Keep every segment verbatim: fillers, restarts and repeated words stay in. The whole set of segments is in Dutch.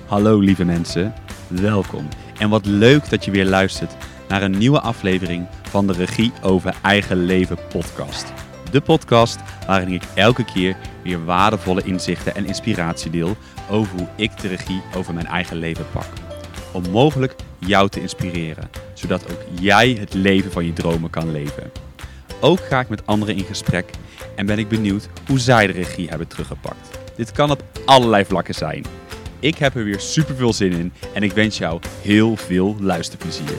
Hallo lieve mensen, welkom. En wat leuk dat je weer luistert naar een nieuwe aflevering van de Regie over Eigen Leven podcast. De podcast waarin ik elke keer weer waardevolle inzichten en inspiratie deel over hoe ik de regie over mijn eigen leven pak. Om mogelijk jou te inspireren, zodat ook jij het leven van je dromen kan leven. Ook ga ik met anderen in gesprek en ben ik benieuwd hoe zij de regie hebben teruggepakt. Dit kan op allerlei vlakken zijn. Ik heb er weer super veel zin in en ik wens jou heel veel luisterplezier.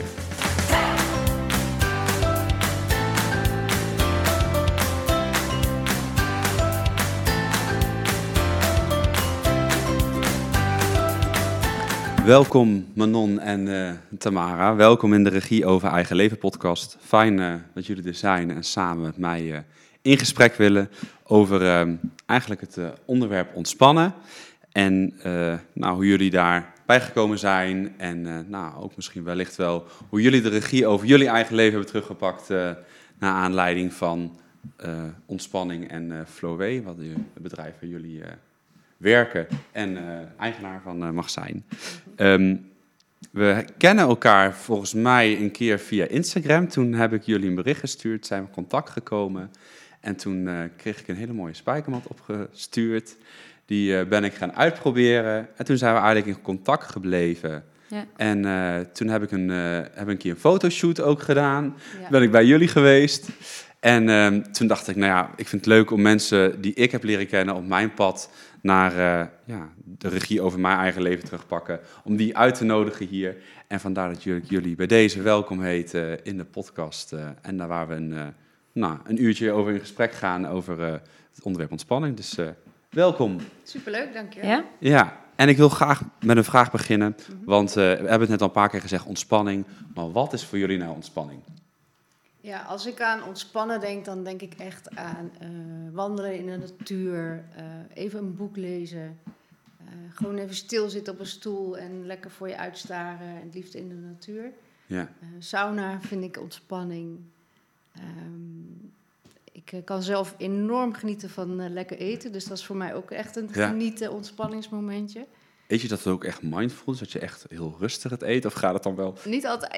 Welkom Manon en uh, Tamara. Welkom in de Regie over Eigen Leven podcast. Fijn uh, dat jullie er zijn en samen met mij uh, in gesprek willen over uh, eigenlijk het uh, onderwerp ontspannen. En uh, nou, hoe jullie daarbij gekomen zijn en uh, nou, ook misschien wellicht wel hoe jullie de regie over jullie eigen leven hebben teruggepakt uh, naar aanleiding van uh, ontspanning en uh, Flowway, wat het bedrijf waar jullie uh, werken en uh, eigenaar van uh, mag zijn. Um, we kennen elkaar volgens mij een keer via Instagram. Toen heb ik jullie een bericht gestuurd, zijn we in contact gekomen en toen uh, kreeg ik een hele mooie spijkermat opgestuurd. Die uh, ben ik gaan uitproberen. En toen zijn we eigenlijk in contact gebleven. Ja. En uh, toen heb ik, een, uh, heb ik een keer een fotoshoot ook gedaan. Ja. Ben ik bij jullie geweest. En uh, toen dacht ik, nou ja, ik vind het leuk om mensen die ik heb leren kennen op mijn pad naar uh, ja, de regie over mijn eigen leven terugpakken. Om die uit te nodigen hier. En vandaar dat jullie, jullie bij deze welkom heten in de podcast. Uh, en daar waar we een, uh, nou, een uurtje over in gesprek gaan over uh, het onderwerp ontspanning. Dus... Uh, Welkom. Superleuk, dank je. Ja? Ja, en ik wil graag met een vraag beginnen, mm-hmm. want uh, we hebben het net al een paar keer gezegd, ontspanning. Maar wat is voor jullie nou ontspanning? Ja, als ik aan ontspannen denk, dan denk ik echt aan uh, wandelen in de natuur, uh, even een boek lezen, uh, gewoon even stilzitten op een stoel en lekker voor je uitstaren, en het liefst in de natuur. Ja. Uh, sauna vind ik ontspanning. Um, Ik kan zelf enorm genieten van uh, lekker eten. Dus dat is voor mij ook echt een ja. genieten, ontspanningsmomentje. Eet je dat ook echt mindful? Dus dat je echt heel rustig het eet? Of gaat het dan wel? Niet altijd.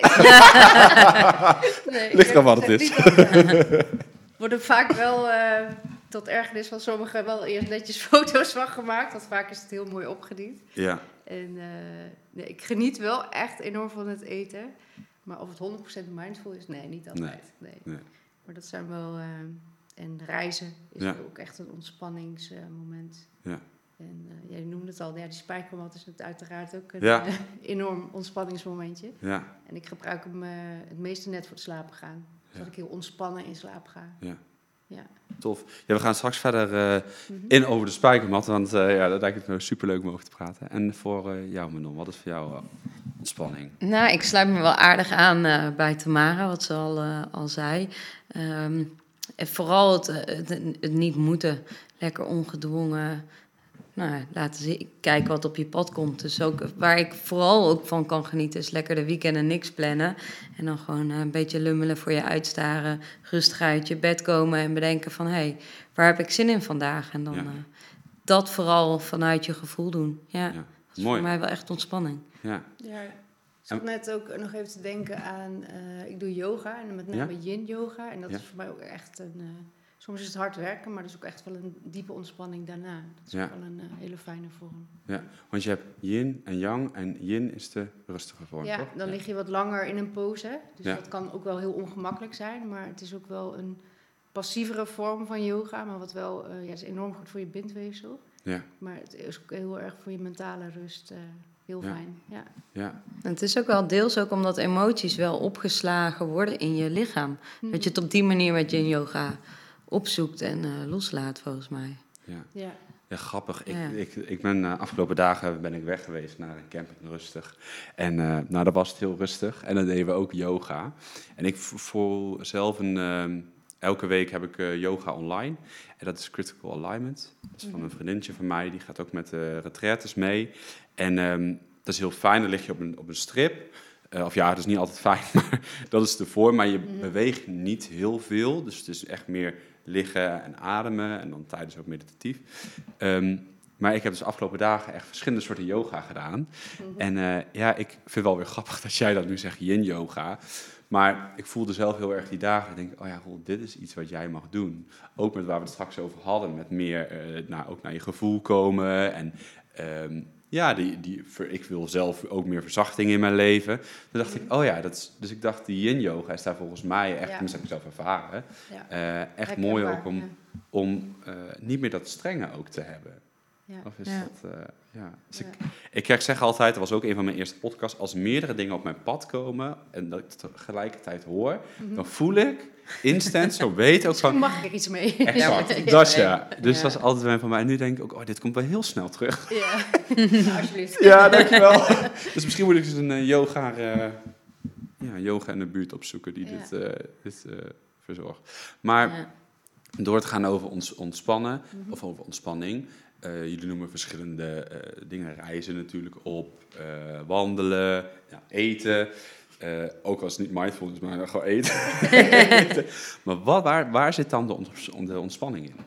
nee, ligt aan wat het is. Worden vaak wel, uh, tot ergernis van sommigen, wel eerst netjes foto's van gemaakt. Want vaak is het heel mooi opgediend. Ja. En uh, nee, ik geniet wel echt enorm van het eten. Maar of het honderd procent mindful is? Nee, niet altijd. Nee. nee. nee. Maar dat zijn wel... Uh, en reizen is ja. ook echt een ontspanningsmoment. Uh, ja. En uh, jij noemde het al, ja, die spijkermat is het uiteraard ook een ja. uh, enorm ontspanningsmomentje. Ja. En ik gebruik hem uh, het meeste net voor het slapen gaan. Zodat ja. ik heel ontspannen in slaap ga. Ja. Ja. Tof. Ja, we gaan straks verder uh, mm-hmm. in over de spijkermat, want uh, ja, dat lijkt het me superleuk om over te praten. En voor uh, jou, Manon, wat is voor jou uh, ontspanning? Nou, ik sluit me wel aardig aan uh, bij Tamara, wat ze al, uh, al zei. Um, en vooral het, het, het niet moeten, lekker ongedwongen. Nou, laten zien, kijken wat op je pad komt. Dus ook waar ik vooral ook van kan genieten, is lekker de weekenden niks plannen. En dan gewoon een beetje lummelen voor je uitstaren. Rustig uit je bed komen en bedenken van, hé, hey, waar heb ik zin in vandaag? En dan ja. uh, dat vooral vanuit je gevoel doen. Ja, ja. Dat is mooi. Voor mij wel echt ontspanning. Ja. ja. Ik zat net ook nog even te denken aan, uh, ik doe yoga en met name ja? yin yoga. En dat ja? is voor mij ook echt een... Uh, Soms is het hard werken, maar dat is ook echt wel een diepe ontspanning daarna. Dat is ja. ook wel een uh, hele fijne vorm. Ja, want je hebt yin en yang en yin is de rustige vorm, Ja, toch? dan ja. lig je wat langer in een pose. Dus ja. dat kan ook wel heel ongemakkelijk zijn. Maar het is ook wel een passievere vorm van yoga. Maar wat wel, uh, ja, is enorm goed voor je bindweefsel. Ja. Maar het is ook heel erg voor je mentale rust uh, heel ja. fijn. Ja. Ja. En het is ook wel deels ook omdat emoties wel opgeslagen worden in je lichaam. Hmm. Dat je het op die manier met yin yoga opzoekt en uh, loslaat, volgens mij. Ja, ja. ja grappig. Ik, ja. ik, ik ben uh, afgelopen dagen ben ik weg geweest naar een camping rustig. En uh, nou, daar was het heel rustig. En dan deden we ook yoga. En ik voel zelf een... Uh, elke week heb ik uh, yoga online. En dat is Critical Alignment. Dat is van een vriendinnetje van mij. Die gaat ook met de retraites mee. En um, dat is heel fijn. Dan lig je op een, op een strip. Uh, of ja, dat is niet altijd fijn, maar dat is de vorm. Maar je mm. beweegt niet heel veel. Dus het is echt meer liggen en ademen. En dan tijdens ook meditatief. Um, Maar ik heb dus de afgelopen dagen echt verschillende soorten yoga gedaan. Mm-hmm. En uh, ja, ik vind wel weer grappig dat jij dat nu zegt, yin-yoga. Maar ik voelde zelf heel erg die dagen. Ik denk, oh ja, Roel, dit is iets wat jij mag doen. Ook met waar we het straks over hadden. Met meer uh, naar, ook naar je gevoel komen. En um, ja, die, die, ik wil zelf ook meer verzachting in mijn leven. Toen dacht ik, oh ja, dat is, dus ik dacht, die yin-yoga is daar volgens mij echt, ja. Tenminste heb ik zelf ervaren, ja. uh, echt Herkenbaar, mooi ook om, ja. om uh, niet meer dat strenge ook te hebben. Ja. Of is ja. dat, uh, ja. Dus ja. Ik, ik krijg zeggen altijd, dat was ook een van mijn eerste podcasts, als meerdere dingen op mijn pad komen en dat ik het tegelijkertijd hoor, mm-hmm. dan voel ik instant, zo weet ook van... mag ik er iets mee? Exact, ja, dat ja. Dus ja. dat is altijd een van mij. En nu denk ik ook, oh, dit komt wel heel snel terug. Ja, nou, alsjeblieft. Ja, dankjewel. Dus misschien moet ik eens een uh, yoga, uh, ja, yoga in de buurt opzoeken die ja. dit, uh, dit uh, verzorgt. Maar ja. door te gaan over ons ontspannen, mm-hmm. of over ontspanning... Uh, jullie noemen verschillende uh, dingen, reizen natuurlijk op, uh, wandelen, ja, eten. Uh, ook als het niet mindful is, maar gewoon eten. eten. Maar wat, waar, waar zit dan de, ont- de ontspanning in?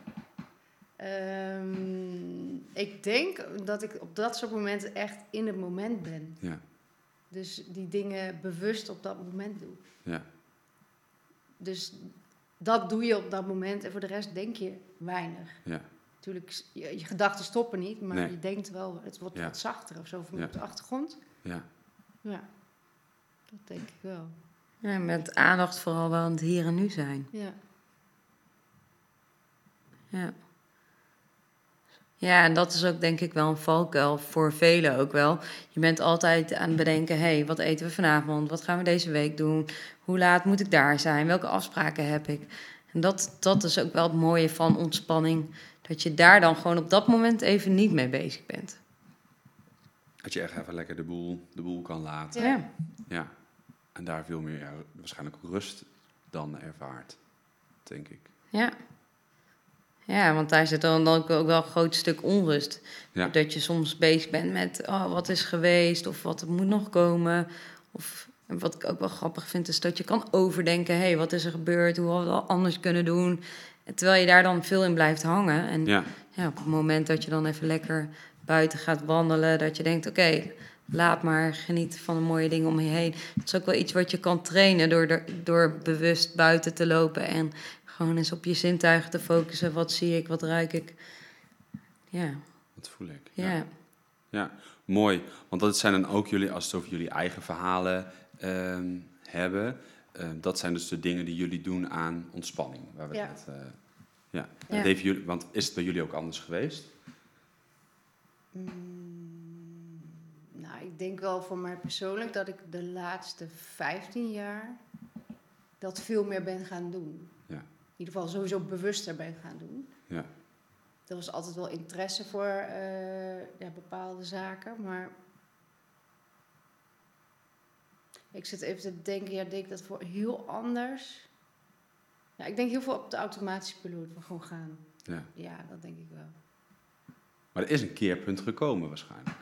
Um, ik denk dat ik op dat soort momenten echt in het moment ben. Ja. Dus die dingen bewust op dat moment doe. Ja. Dus dat doe je op dat moment en voor de rest denk je weinig. Ja. Natuurlijk, je, je gedachten stoppen niet, maar nee. je denkt wel, het wordt ja. wat zachter of zo, van ja. op de achtergrond. Ja. Ja, dat denk ik wel. Ja, met aandacht vooral wel aan het hier en nu zijn. Ja. Ja. Ja, en dat is ook denk ik wel een valkuil voor velen ook wel. Je bent altijd aan het bedenken, hé, hey, wat eten we vanavond? Wat gaan we deze week doen? Hoe laat moet ik daar zijn? Welke afspraken heb ik? En dat, dat is ook wel het mooie van ontspanning. Dat je daar dan gewoon op dat moment even niet mee bezig bent. Dat je echt even lekker de boel, de boel kan laten. Ja. Ja. En daar veel meer, ja, waarschijnlijk ook rust dan ervaart, denk ik. Ja. Ja, want daar zit dan ook wel een groot stuk onrust. Ja. Dat je soms bezig bent met, oh, wat is geweest? Of wat moet nog komen? Of wat ik ook wel grappig vind, is dat je kan overdenken. Hé, hey, wat is er gebeurd? Hoe hadden we het anders kunnen doen? Terwijl je daar dan veel in blijft hangen. En ja. Ja, op het moment dat je dan even lekker buiten gaat wandelen, dat je denkt, oké, okay, laat maar, geniet van de mooie dingen om je heen. Dat is ook wel iets wat je kan trainen door, de, door bewust buiten te lopen en gewoon eens op je zintuigen te focussen. Wat zie ik, wat ruik ik? Ja. Wat voel ik? Ja. Ja, ja. Mooi. Want dat zijn dan ook jullie, als het over jullie eigen verhalen uh, hebben... Uh, dat zijn dus de dingen die jullie doen aan ontspanning. Waar we ja. het, uh, ja. Ja. Heeft jullie, want is het bij jullie ook anders geweest? Mm, nou, ik denk wel voor mij persoonlijk dat ik de laatste vijftien jaar dat veel meer ben gaan doen. Ja. In ieder geval sowieso bewuster ben gaan doen. Ja. Er was altijd wel interesse voor uh, ja, bepaalde zaken, maar... Ik zit even te denken, ja, denk ik dat voor heel anders. Ja, ik denk heel veel op de automatische piloot, we gewoon gaan. Ja. Ja, dat denk ik wel. Maar er is een keerpunt gekomen waarschijnlijk.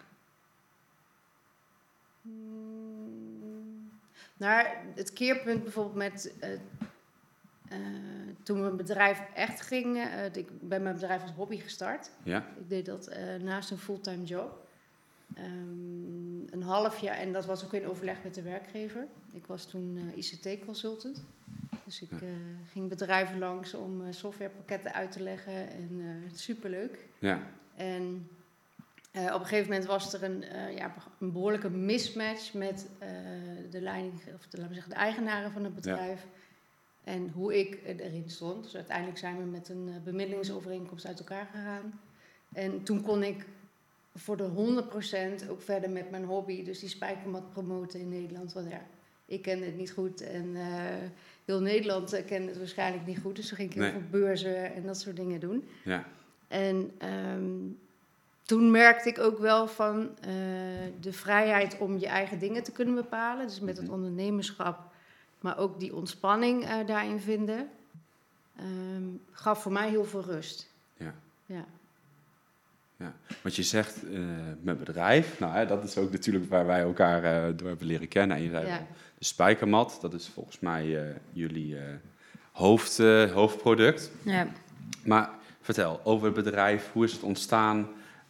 Hmm, nou, het keerpunt bijvoorbeeld met... Uh, uh, toen mijn bedrijf echt ging... Uh, ik ben mijn bedrijf als hobby gestart. Ja. Ik deed dat uh, naast een fulltime job. Um, een half jaar, en dat was ook in overleg met de werkgever. Ik was toen uh, I C T-consultant. Dus ik uh, ging bedrijven langs om uh, softwarepakketten uit te leggen. En uh, superleuk. Ja. En uh, op een gegeven moment was er een, uh, ja, een behoorlijke mismatch met uh, de leiding, of de, laten we zeggen, de eigenaren van het bedrijf. Ja. En hoe ik erin stond. Dus uiteindelijk zijn we met een uh, bemiddelingsovereenkomst uit elkaar gegaan. En toen kon ik voor de honderd procent ook verder met mijn hobby, dus die spijkermat promoten in Nederland. Want ja, ik kende het niet goed en uh, heel Nederland uh, kende het waarschijnlijk niet goed. Dus toen ging ik heel nee. veel beurzen en dat soort dingen doen. Ja. En um, toen merkte ik ook wel van uh, de vrijheid om je eigen dingen te kunnen bepalen. Dus met het ondernemerschap, maar ook die ontspanning uh, daarin vinden, um, gaf voor mij heel veel rust. Ja. Ja. Ja, want je zegt uh, mijn bedrijf, nou hè, dat is ook natuurlijk waar wij elkaar uh, door hebben leren kennen. En je zei, ja. De spijkermat, dat is volgens mij uh, jullie uh, hoofd, uh, hoofdproduct. Ja. Maar vertel over het bedrijf, hoe is het ontstaan?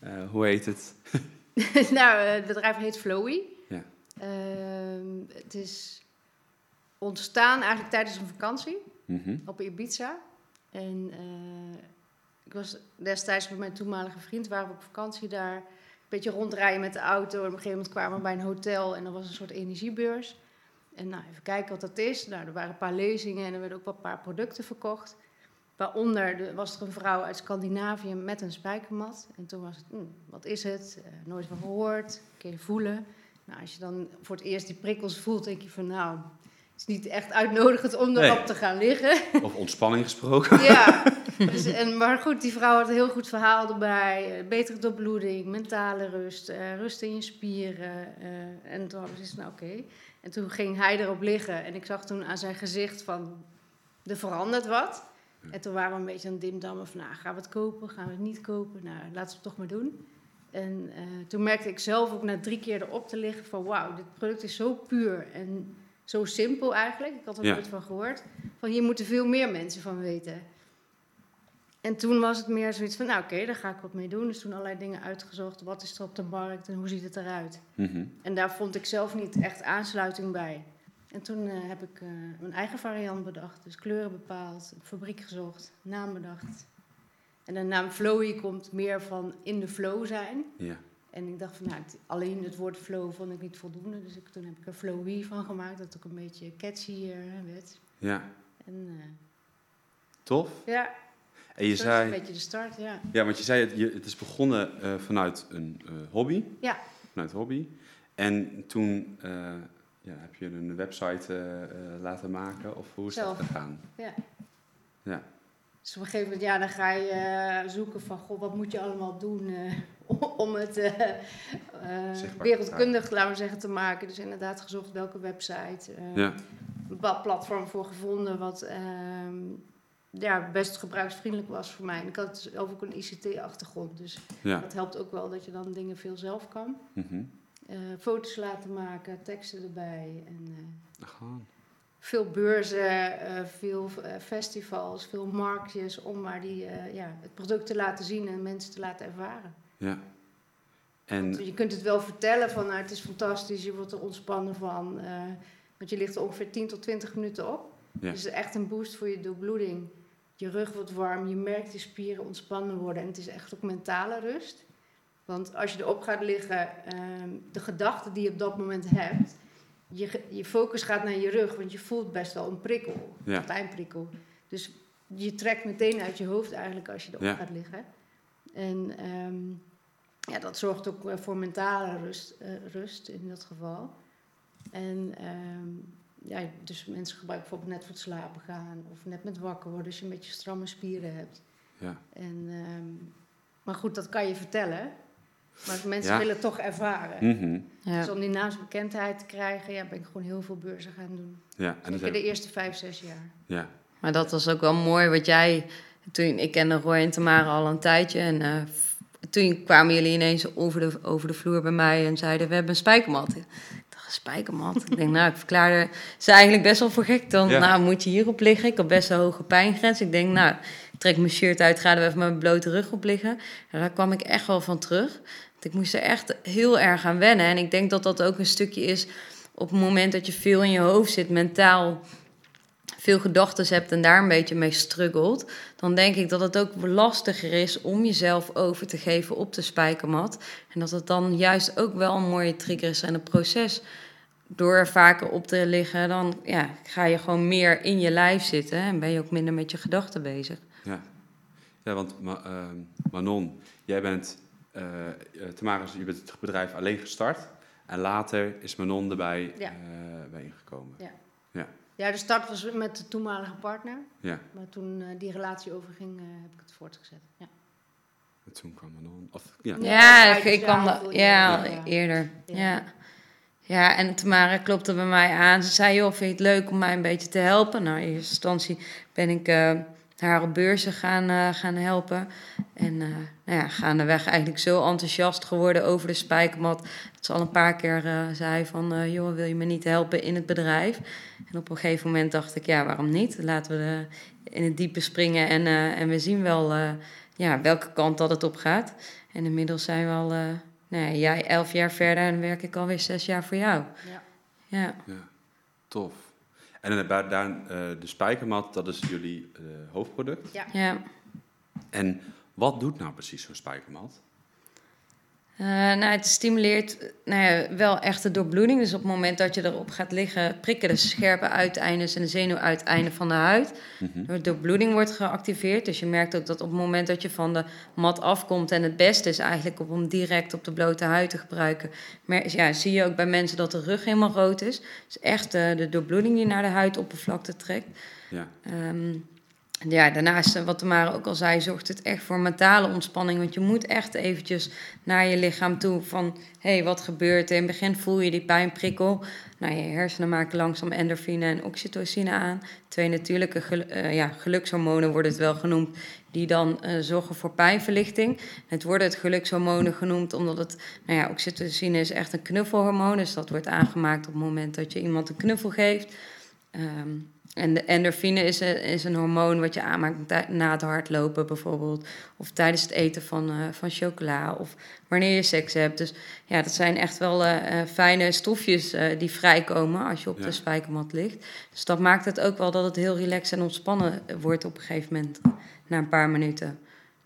Uh, hoe heet het? nou, het bedrijf heet Flowy. Ja. Uh, het is ontstaan eigenlijk tijdens een vakantie mm-hmm. op Ibiza. En uh, ik was destijds met mijn toenmalige vriend, waren we op vakantie daar. Een beetje rondrijden met de auto. En op een gegeven moment kwamen we bij een hotel en er was een soort energiebeurs. En nou, even kijken wat dat is. Nou, er waren een paar lezingen en er werden ook wel een paar producten verkocht. Waaronder de, was er een vrouw uit Scandinavië met een spijkermat. En toen was het, hm, wat is het? Uh, nooit van gehoord. Kun je voelen. Nou, als je dan voor het eerst die prikkels voelt, denk je van nou, het is niet echt uitnodigend om erop nee. te gaan liggen. Of ontspanning gesproken. Ja, dus, en, maar goed, die vrouw had een heel goed verhaal erbij. Uh, betere doorbloeding, mentale rust, uh, rust in je spieren. Uh, en toen hadden ze nou oké. Okay. En toen ging hij erop liggen. En ik zag toen aan zijn gezicht van, er verandert wat. En toen waren we een beetje aan het dimdammen van, nou, gaan we het kopen, gaan we het niet kopen? Nou, laten we het toch maar doen. En uh, toen merkte ik zelf ook na drie keer erop te liggen van, wauw, dit product is zo puur en zo simpel eigenlijk. Ik had er ja. nooit van gehoord. Van, hier moeten veel meer mensen van weten. En toen was het meer zoiets van, nou oké, okay, daar ga ik wat mee doen. Dus toen allerlei dingen uitgezocht. Wat is er op de markt en hoe ziet het eruit? Mm-hmm. En daar vond ik zelf niet echt aansluiting bij. En toen uh, heb ik uh, mijn eigen variant bedacht. Dus kleuren bepaald, fabriek gezocht, naam bedacht. En de naam Flowy komt meer van in de flow zijn. Ja. En ik dacht van, nou, het, alleen het woord flow vond ik niet voldoende. Dus ik, toen heb ik er Flowy van gemaakt, dat het ook een beetje catchy uh, werd. Ja. En, uh, Tof. Ja. En je dat zei, is een beetje de start, ja. Ja, want je zei, het, je, het is begonnen uh, vanuit een uh, hobby. Ja. Vanuit hobby. En toen uh, ja, heb je een website uh, uh, laten maken, of hoe is Zelf. dat gegaan? Ja. Ja. Dus op een gegeven moment, ja, dan ga je uh, zoeken van, goh, wat moet je allemaal doen uh, om het uh, uh, wereldkundig, laten we zeggen, te maken. Dus inderdaad gezocht welke website, uh, ja. een bepaald platform voor gevonden wat uh, ja, best gebruiksvriendelijk was voor mij. En ik had zelf ook een I C T-achtergrond, dus ja. dat helpt ook wel dat je dan dingen veel zelf kan. Mm-hmm. Uh, foto's laten maken, teksten erbij en uh, veel beurzen, uh, veel uh, festivals, veel marktjes om maar die, uh, ja, het product te laten zien en mensen te laten ervaren. Ja. En want je kunt het wel vertellen van nou, het is fantastisch, je wordt er ontspannen van, uh, want je ligt er ongeveer tien tot twintig minuten op. Ja. Dus het is echt een boost voor je doorbloeding. Je rug wordt warm, je merkt je spieren ontspannen worden en het is echt ook mentale rust. Want als je erop gaat liggen, um, de gedachten die je op dat moment hebt, je, je focus gaat naar je rug, want je voelt best wel een prikkel, ja. een pijnprikkel. Dus je trekt meteen uit je hoofd eigenlijk als je erop ja. gaat liggen. En um, ja, dat zorgt ook voor mentale rust, uh, rust in dat geval. En um, ja, dus mensen gebruiken bijvoorbeeld net voor het slapen gaan of net met wakker worden als je een beetje stramme spieren hebt. Ja. En, um, maar goed, dat kan je vertellen. Maar mensen ja. willen het toch ervaren. Mm-hmm. Ja. Dus om die naamsbekendheid te krijgen, ja, ben ik gewoon heel veel beurzen gaan doen. Ja, en zeker de eerste vijf, zes jaar. Ja. Maar dat was ook wel mooi wat jij... Toen, ik kende Roy en Tamara al een tijdje. En uh, toen kwamen jullie ineens over de, over de vloer bij mij en zeiden, we hebben een spijkermat. Ik dacht, een spijkermat? Ik denk, nou, ik verklaarde ze eigenlijk best wel voor gek. Dan, ja. nou, moet je hierop liggen? Ik had best een hoge pijngrens. Ik denk, nou, ik trek mijn shirt uit, ga er even met mijn blote rug op liggen. En daar kwam ik echt wel van terug. Ik moest er echt heel erg aan wennen. En ik denk dat dat ook een stukje is op het moment dat je veel in je hoofd zit, mentaal veel gedachten hebt en daar een beetje mee struggelt. Dan denk ik dat het ook lastiger is om jezelf over te geven op de spijkermat. En dat het dan juist ook wel een mooie trigger is en een proces. Door er vaker op te liggen, dan ja, ga je gewoon meer in je lijf zitten en ben je ook minder met je gedachten bezig. Ja, ja want Ma- uh, Manon, jij bent... Uh, Tamara, je bent het bedrijf alleen gestart. En later is Manon erbij ja. uh, bij ingekomen. Ja. Ja. ja, de start was met de toenmalige partner. Ja. Maar toen uh, die relatie overging, uh, heb ik het voortgezet. Ja. En toen kwam Manon... Of, ja, ja, ja ik kwam da- ja, ja. eerder. Ja. Ja. ja, en Tamara klopte bij mij aan. Ze zei, joh, vind je het leuk om mij een beetje te helpen? Nou, in eerste instantie ben ik... Uh, haar op beurzen gaan, uh, gaan helpen. En uh, nou ja, gaandeweg eigenlijk zo enthousiast geworden over de spijkermat. Dat ze al een paar keer uh, zei van... Uh, joh, wil je me niet helpen in het bedrijf? En op een gegeven moment dacht ik, ja, waarom niet? Laten we de, in het diepe springen en, uh, en we zien wel uh, ja, welke kant dat het op gaat. En inmiddels zijn we al, uh, nou ja, jij elf jaar verder en werk ik alweer zes jaar voor jou. Ja. Ja, ja tof. En daar, daar, uh, de spijkermat, dat is jullie uh, hoofdproduct? Ja. ja. En wat doet nou precies zo'n spijkermat? Uh, nou, het stimuleert nou ja, wel echt de doorbloeding. Dus op het moment dat je erop gaat liggen, prikken de scherpe uiteindes en de zenuwuiteinden van de huid. Mm-hmm. De doorbloeding wordt geactiveerd. Dus je merkt ook dat op het moment dat je van de mat afkomt, en het beste is eigenlijk om hem direct op de blote huid te gebruiken. Maar ja, zie je ook bij mensen dat de rug helemaal rood is. Dus echt uh, de doorbloeding die naar de huidoppervlakte trekt. Ja. Um, Ja, daarnaast, wat Tamara ook al zei, zorgt het echt voor mentale ontspanning. Want je moet echt eventjes naar je lichaam toe van, hé, hey, wat gebeurt er? In het begin voel je die pijnprikkel. Nou, je hersenen maken langzaam endorfine en oxytocine aan. Twee natuurlijke gel- uh, ja, gelukshormonen worden het wel genoemd, die dan uh, zorgen voor pijnverlichting. Het worden het gelukshormonen genoemd omdat het, nou ja, oxytocine is echt een knuffelhormoon. Dus dat wordt aangemaakt op het moment dat je iemand een knuffel geeft. Um, En de endorfine is een, is een hormoon wat je aanmaakt na het hardlopen bijvoorbeeld. Of tijdens het eten van, uh, van chocola. Of wanneer je seks hebt. Dus ja, dat zijn echt wel uh, fijne stofjes uh, die vrijkomen als je op ja. de spijkermat ligt. Dus dat maakt het ook wel dat het heel relaxed en ontspannen wordt op een gegeven moment. Na een paar minuten.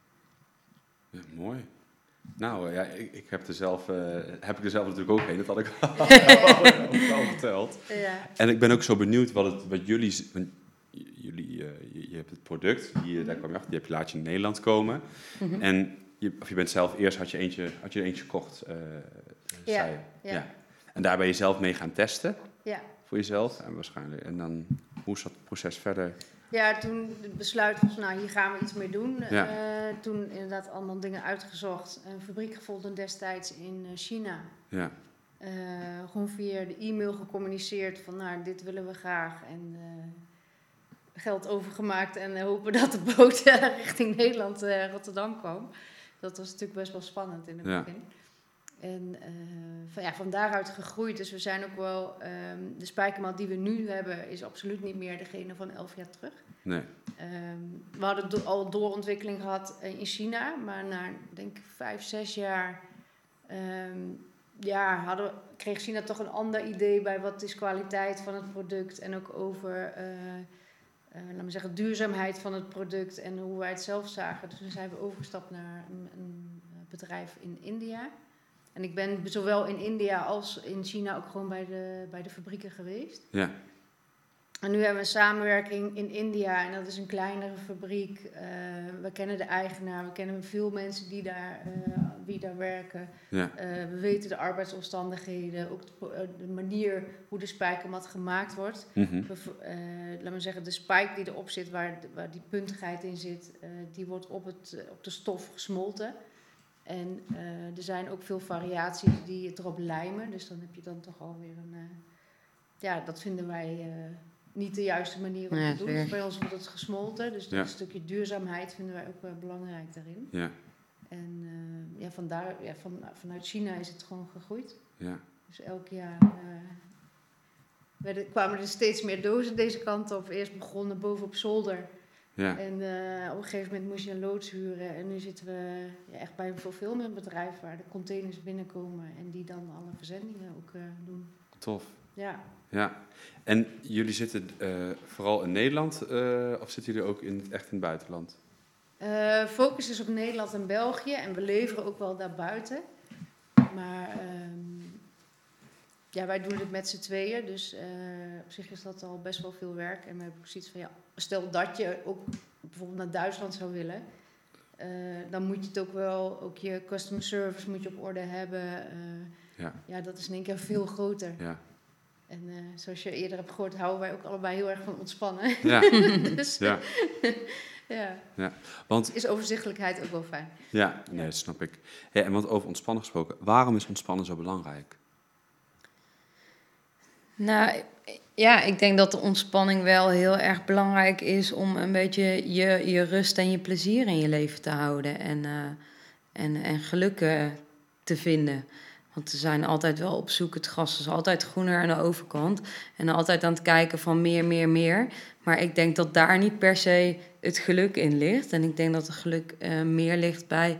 Ja, mooi. Nou, ja, ik, ik heb, er zelf, uh, heb ik er zelf natuurlijk ook heen. Dat had ik al verteld. Ja. En ik ben ook zo benieuwd wat, het, wat jullie... Want jullie uh, je, je hebt het product, die, daar kwam je achter, die heb je laat je in Nederland komen. Mm-hmm. En je, of je bent zelf eerst, had je eentje, had je eentje gekocht, uh, ja, zei je. Ja. Ja. En daar ben je zelf mee gaan testen. Ja. Voor jezelf. En waarschijnlijk. En dan, hoe is dat proces verder? Ja, toen het besluit was, nou, hier gaan we iets mee doen. Ja. Uh, toen inderdaad allemaal dingen uitgezocht. Een fabriek gevonden destijds in China. Ja. Uh, gewoon via de e-mail gecommuniceerd van, nou, dit willen we graag. En uh, geld overgemaakt en uh, hopen dat de boot uh, richting Nederland, uh, Rotterdam kwam. Dat was natuurlijk best wel spannend in het ja. begin. En uh, van, ja, van daaruit gegroeid. Dus we zijn ook wel... Um, de spijkermat die we nu hebben is absoluut niet meer degene van elf jaar terug. Nee. Um, we hadden do- al doorontwikkeling gehad in China. Maar na, denk ik, vijf, zes jaar... Um, ja, hadden, kreeg China toch een ander idee bij wat is kwaliteit van het product. En ook over... Uh, Uh, laten we zeggen, duurzaamheid van het product en hoe wij het zelf zagen. Dus toen zijn we overgestapt naar een, een bedrijf in India. En ik ben zowel in India als in China ook gewoon bij de, bij de fabrieken geweest. Ja. En nu hebben we een samenwerking in India en dat is een kleinere fabriek. Uh, we kennen de eigenaar, we kennen veel mensen die daar, uh, die daar werken. Ja. Uh, we weten de arbeidsomstandigheden, ook de, de manier hoe de spijkermat gemaakt wordt. Mm-hmm. We, uh, laten we zeggen, de spijk die erop zit, waar, waar die puntigheid in zit, uh, die wordt op, het, uh, op de stof gesmolten. En uh, er zijn ook veel variaties die het erop lijmen, dus dan heb je dan toch alweer een... Uh, ja, dat vinden wij... Uh, niet de juiste manier om ja, te doen. Dus bij ons wordt het gesmolten. Dus dat ja. stukje duurzaamheid vinden wij ook wel belangrijk daarin. Ja. En uh, ja, vandaar, ja, van, vanuit China is het gewoon gegroeid. Ja. Dus elk jaar uh, werden, kwamen er steeds meer dozen deze kant op. Eerst begonnen boven op zolder. Ja. En uh, op een gegeven moment moest je een loods huren. En nu zitten we ja, echt bij een fulfillmentbedrijf waar de containers binnenkomen. En die dan alle verzendingen ook uh, doen. Tof. Ja. Ja, en jullie zitten uh, vooral in Nederland uh, of zitten jullie ook in, echt in het buitenland? Uh, focus is op Nederland en België en we leveren ook wel daarbuiten. Maar um, ja, wij doen het met z'n tweeën, dus uh, op zich is dat al best wel veel werk. En we hebben ook zoiets van, ja, stel dat je ook bijvoorbeeld naar Duitsland zou willen, uh, dan moet je het ook wel, ook je customer service moet je op orde hebben. Uh, ja. ja, dat is in één keer veel groter. Ja. En uh, zoals je eerder hebt gehoord, houden wij ook allebei heel erg van ontspannen. Ja. dus, ja. ja. ja. Want, is overzichtelijkheid ook wel fijn. Ja, nee, ja. dat snap ik. Hey, en want over ontspannen gesproken, waarom is ontspannen zo belangrijk? Nou, ja, ik denk dat de ontspanning wel heel erg belangrijk is om een beetje je, je rust en je plezier in je leven te houden. En, uh, en, en geluk uh, te vinden. Want we zijn altijd wel op zoek. Het gras is altijd groener aan de overkant. En altijd aan het kijken van meer, meer, meer. Maar ik denk dat daar niet per se het geluk in ligt. En ik denk dat het geluk uh, meer ligt bij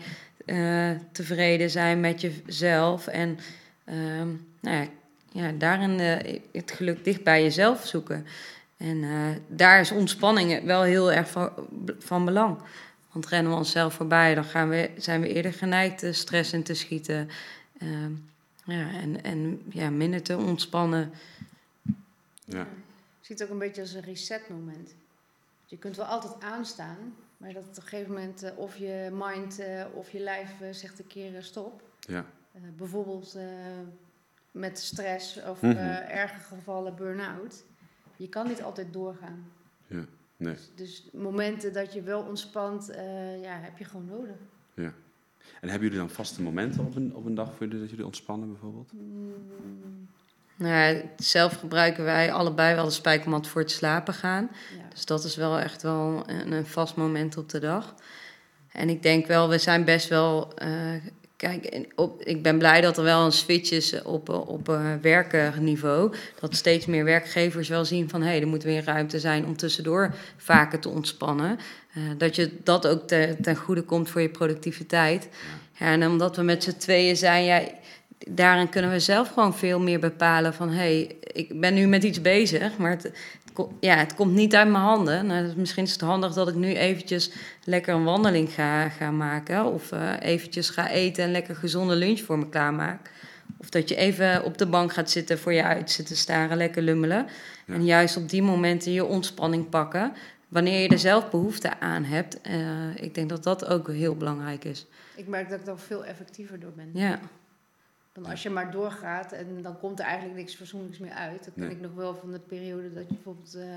uh, tevreden zijn met jezelf. En um, nou ja, ja, daarin uh, het geluk dicht bij jezelf zoeken. En uh, daar is ontspanning wel heel erg van, van belang. Want rennen we onszelf voorbij, dan gaan we, zijn we eerder geneigd de stress in te schieten. Uh, ja, en en ja, minder te ontspannen. Ja. Ik zie het ook een beetje als een resetmoment. Je kunt wel altijd aanstaan, maar dat op een gegeven moment uh, of je mind uh, of je lijf uh, zegt een keer uh, stop. Ja. Uh, bijvoorbeeld uh, met stress of mm-hmm. uh, erge gevallen burn-out. Je kan niet altijd doorgaan. Ja, nee. Dus, dus momenten dat je wel ontspant, uh, ja, heb je gewoon nodig. Ja. En hebben jullie dan vaste momenten op een, op een dag voor jullie dat jullie ontspannen bijvoorbeeld? Mm. Nou, zelf gebruiken wij allebei wel de spijkermat voor het slapen gaan. Ja. Dus dat is wel echt wel een, een vast moment op de dag. En ik denk wel, we zijn best wel... Uh, kijk, op, ik ben blij dat er wel een switch is op, op uh, werkniveau. Dat steeds meer werkgevers wel zien van... hé, hey, er moet weer ruimte zijn om tussendoor vaker te ontspannen. Uh, dat je dat ook te, ten goede komt voor je productiviteit. Ja, en omdat we met z'n tweeën zijn... Ja, daarin kunnen we zelf gewoon veel meer bepalen van... hé, hey, ik ben nu met iets bezig, maar het, het, ja, het komt niet uit mijn handen. Nou, misschien is het handig dat ik nu eventjes lekker een wandeling ga, ga maken... of uh, eventjes ga eten en lekker gezonde lunch voor me klaarmaak. Of dat je even op de bank gaat zitten, voor je uit zitten staren, lekker lummelen. Ja. En juist op die momenten je ontspanning pakken... wanneer je er zelf behoefte aan hebt. Uh, ik denk dat dat ook heel belangrijk is. Ik merk dat ik er veel effectiever door ben. Ja. Dan als je maar doorgaat en dan komt er eigenlijk niks fatsoenlijks meer uit. Dat ken nee. ik nog wel van de periode dat je bijvoorbeeld uh,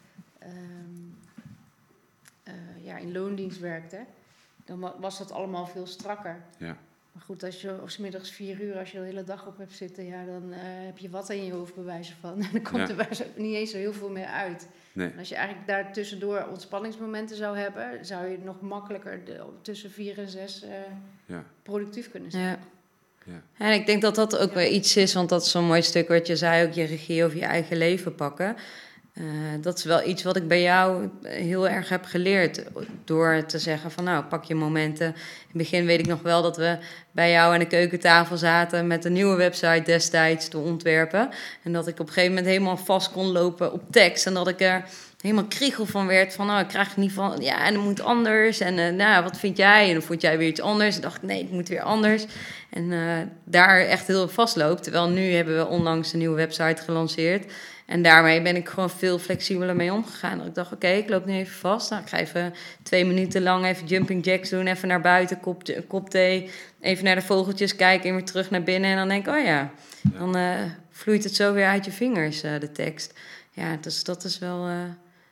um, uh, ja, in loondienst werkte. Dan was dat allemaal veel strakker. Ja. Maar goed, als je of 's middags vier uur, als je de hele dag op hebt zitten, ja, dan uh, heb je wat in je hoofd bewijzen van. En dan komt ja. er niet eens zo heel veel meer uit. Nee. En als je eigenlijk daar tussendoor ontspanningsmomenten zou hebben, zou je nog makkelijker de, tussen vier en zes uh, ja. productief kunnen zijn. Ja. Ja. En ik denk dat dat ook wel iets is, want dat is zo'n mooi stuk wat je zei, ook je regie over je eigen leven pakken. Uh, dat is wel iets wat ik bij jou heel erg heb geleerd. Door te zeggen van nou, pak je momenten. In het begin weet ik nog wel dat we bij jou aan de keukentafel zaten met een nieuwe website destijds te ontwerpen. En dat ik op een gegeven moment helemaal vast kon lopen op tekst. En dat ik er helemaal kriegel van werd van nou, ik krijg het niet van, ja, en het moet anders. En uh, nou, wat vind jij? En dan vond jij weer iets anders. En dacht ik, nee, het moet weer anders. En uh, daar echt heel vastloopt. Terwijl nu hebben we onlangs een nieuwe website gelanceerd. En daarmee ben ik gewoon veel flexibeler mee omgegaan. Dat ik dacht, oké, okay, ik loop nu even vast. Nou, ik ga even twee minuten lang even jumping jacks doen. Even naar buiten, kop, kop thee. Even naar de vogeltjes kijken en weer terug naar binnen. En dan denk ik, oh ja, ja. dan uh, vloeit het zo weer uit je vingers, uh, de tekst. Ja, dus dat is wel uh,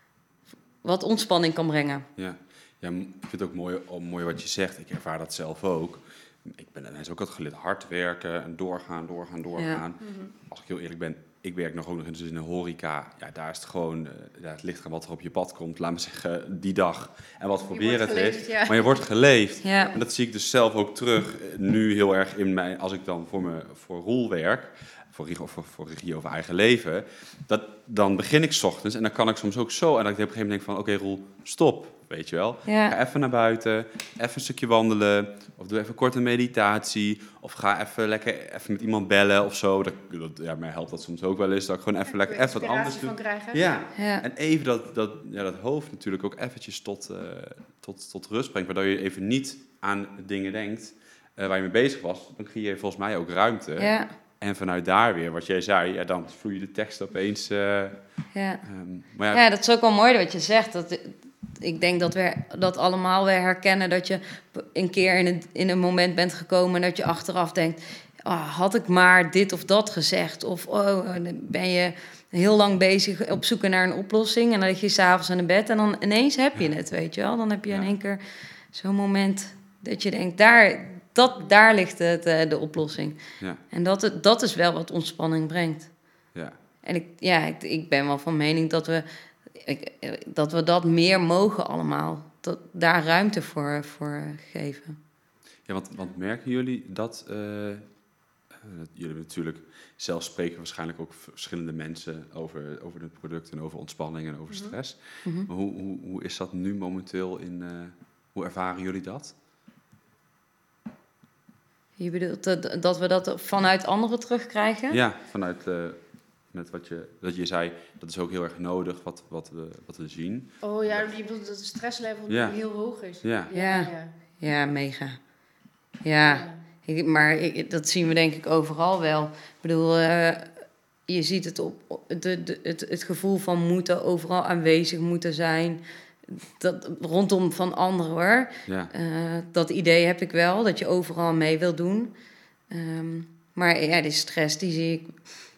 wat ontspanning kan brengen. Ja. Ja, ik vind het ook mooi, mooi wat je zegt. Ik ervaar dat zelf ook. Ik ben ineens ook altijd geleerd hard werken en doorgaan, doorgaan, doorgaan. Ja. Mm-hmm. Als ik heel eerlijk ben, ik werk nog ook nog in de horeca. Ja, daar is het gewoon, uh, ja, het ligt aan wat er op je pad komt. Laat me zeggen, die dag. En wat voor weer het geleefd, is. Ja. Maar je wordt geleefd. Ja. En dat zie ik dus zelf ook terug. Nu heel erg in mijn, als ik dan voor, me, voor Roel werk, voor, voor, voor regie over eigen leven. Dat, dan begin ik 's ochtends en dan kan ik soms ook zo. En dat ik op een gegeven moment denk van, oké okay, Roel, stop. Weet je wel? Ja. Ga even naar buiten, even een stukje wandelen, of doe even kort een meditatie, of ga even lekker even met iemand bellen of zo. Dat, dat, ja, mij helpt dat soms ook wel eens, dat ik gewoon even, lekker, even wat anders doe. Ja. Ja. En even dat, dat, ja, dat hoofd natuurlijk ook eventjes tot, uh, tot, tot rust brengt, waardoor je even niet aan dingen denkt uh, waar je mee bezig was. Dan creëer je volgens mij ook ruimte. Ja. En vanuit daar weer, wat jij zei, ja, dan vloeien de teksten opeens. Uh, ja. Um, maar ja, ja, dat is ook wel mooi wat je zegt. Dat, ik denk dat we dat allemaal weer herkennen. Dat je een keer in een, in een moment bent gekomen en dat je achteraf denkt, oh, had ik maar dit of dat gezegd? Of oh, ben je heel lang bezig op zoeken naar een oplossing en dan lig je 's avonds in bed en dan ineens heb je het, weet je wel. Dan heb je in één keer zo'n moment dat je denkt, daar, dat, daar ligt het, de oplossing. Ja. En dat, dat is wel wat ontspanning brengt. Ja. En ik, ja, ik, ik ben wel van mening dat we, ik, dat we dat meer mogen allemaal. Dat, daar ruimte voor, voor geven. Ja, want, want merken jullie dat... Uh, jullie natuurlijk zelf spreken waarschijnlijk ook verschillende mensen over, over het product en over ontspanning en over stress. Mm-hmm. Maar hoe, hoe, hoe is dat nu momenteel in... Uh, hoe ervaren jullie dat? Je bedoelt dat, dat we dat vanuit anderen terugkrijgen? Ja, vanuit uh, met wat je, dat je zei, dat is ook heel erg nodig wat, wat, we, wat we zien. Oh ja, je bedoelt dat het stresslevel ja. heel hoog is. Ja, ja. ja. ja mega. Ja, ja. Ik, maar ik, dat zien we denk ik overal wel. Ik bedoel, uh, je ziet het op de, de, het, het gevoel van moeten overal aanwezig moeten zijn. Dat, rondom van anderen hoor. Ja. Uh, dat idee heb ik wel, dat je overal mee wil doen. Um, maar ja, die stress die zie ik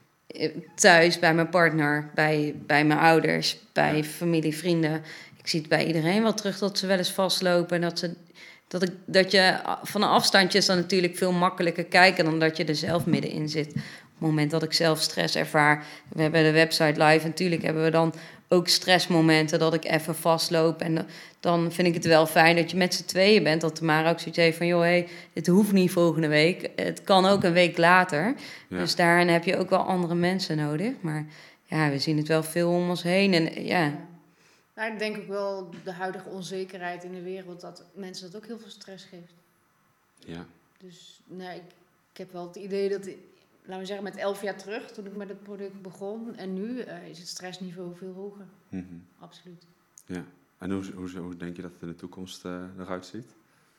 thuis bij mijn partner, bij, bij mijn ouders, bij ja. familie, vrienden. Ik zie het bij iedereen wel terug dat ze wel eens vastlopen. En dat, ze, dat, ik, dat je van een afstandje is dan natuurlijk veel makkelijker kijken dan dat je er zelf middenin zit. Op het moment dat ik zelf stress ervaar. We hebben de website live. Natuurlijk hebben we dan ook stressmomenten dat ik even vastloop. En dan vind ik het wel fijn dat je met z'n tweeën bent. Dat Tamara ook zoiets heeft van, joh, hey, dit hoeft niet volgende week. Het kan ook een week later. Ja. Dus daarin heb je ook wel andere mensen nodig. Maar ja, we zien het wel veel om ons heen. En ja... Nou, ik denk ook wel de huidige onzekerheid in de wereld, dat mensen dat ook heel veel stress geeft. Ja. Dus nou, ik, ik heb wel het idee dat, laten we zeggen, met elf jaar terug, toen ik met het product begon, en nu uh, is het stressniveau veel hoger. Mm-hmm. Absoluut. Ja. En hoe, hoe, hoe denk je dat het in de toekomst uh, eruit ziet?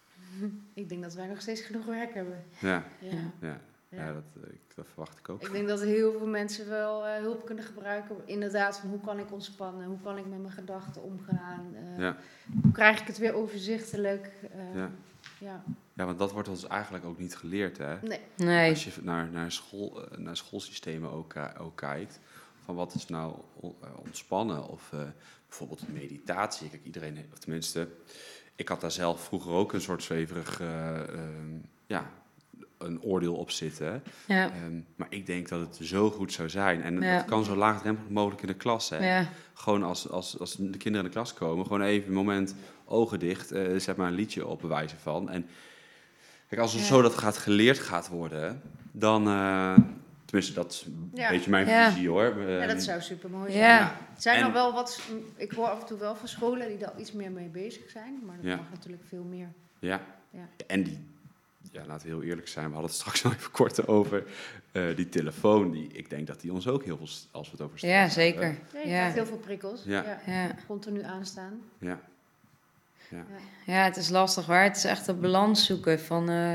Ik denk dat wij nog steeds genoeg werk hebben. Ja. Ja. ja. Ja, ja dat, dat verwacht ik ook. Ik denk dat heel veel mensen wel uh, hulp kunnen gebruiken. Inderdaad, van hoe kan ik ontspannen? Hoe kan ik met mijn gedachten omgaan? Uh, ja. Hoe krijg ik het weer overzichtelijk? Uh, ja. Ja. ja, want dat wordt ons eigenlijk ook niet geleerd, hè? Nee. nee. Als je naar, naar, school, naar schoolsystemen ook, ook kijkt, van wat is nou ontspannen? Of uh, bijvoorbeeld meditatie. Kijk, iedereen, of tenminste, ik had daar zelf vroeger ook een soort zweverig... Uh, uh, ja, een oordeel op zitten. Ja. Um, maar ik denk dat het zo goed zou zijn. En ja. het kan zo laagdrempelig mogelijk in de klas. Hè? Ja. Gewoon als, als, als de kinderen in de klas komen, gewoon even een moment ogen dicht, uh, zet maar een liedje op, bij wijze van. En kijk, als er ja. zo dat gaat geleerd gaat worden, dan... Uh, tenminste, dat is een ja. beetje mijn ja. visie, hoor. Um, ja, dat zou super mooi zijn. Ja. Ja. Er zijn en, nog wel wat... Ik hoor af en toe wel van scholen die daar iets meer mee bezig zijn. Maar dat ja. mag natuurlijk veel meer. Ja. ja. En die... Ja, laten we heel eerlijk zijn. We hadden het straks nog even kort over uh, die telefoon. Die, ik denk dat die ons ook heel veel, als we het over stress Ja, zeker. hebben. Ja, je ja. krijgt heel veel prikkels. Ja. Ja. Ja. Continu aanstaan. Ja. Ja. ja, het is lastig waar. Het is echt een balans zoeken van... Uh,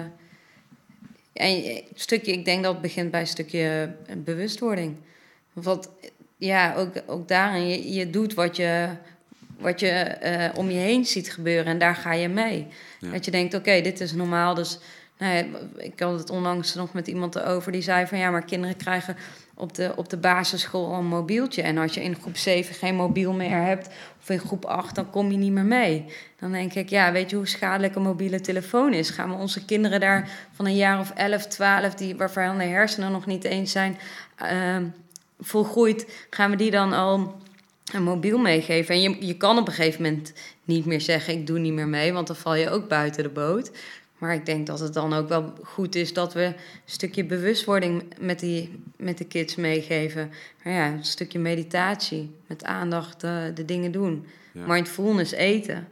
en een stukje, ik denk dat het begint bij een stukje bewustwording. Want ja, ook, ook daarin, je, je doet wat je... wat je uh, om je heen ziet gebeuren en daar ga je mee. Ja. Dat je denkt, oké, okay, dit is normaal. Dus nou ja, ik had het onlangs nog met iemand erover die zei van... ja, maar kinderen krijgen op de, op de basisschool een mobieltje. En als je in groep zeven geen mobiel meer hebt... of in groep acht, dan kom je niet meer mee. Dan denk ik, ja, weet je hoe schadelijk een mobiele telefoon is? Gaan we onze kinderen daar van een jaar of elf, twaalf... Die, waarvan de hersenen nog niet eens zijn uh, volgroeid... gaan we die dan al... een mobiel meegeven. En je, je kan op een gegeven moment niet meer zeggen... ik doe niet meer mee, want dan val je ook buiten de boot. Maar ik denk dat het dan ook wel goed is... dat we een stukje bewustwording met, die, met de kids meegeven. Maar ja, een stukje meditatie. Met aandacht uh, de dingen doen. Ja. Mindfulness eten.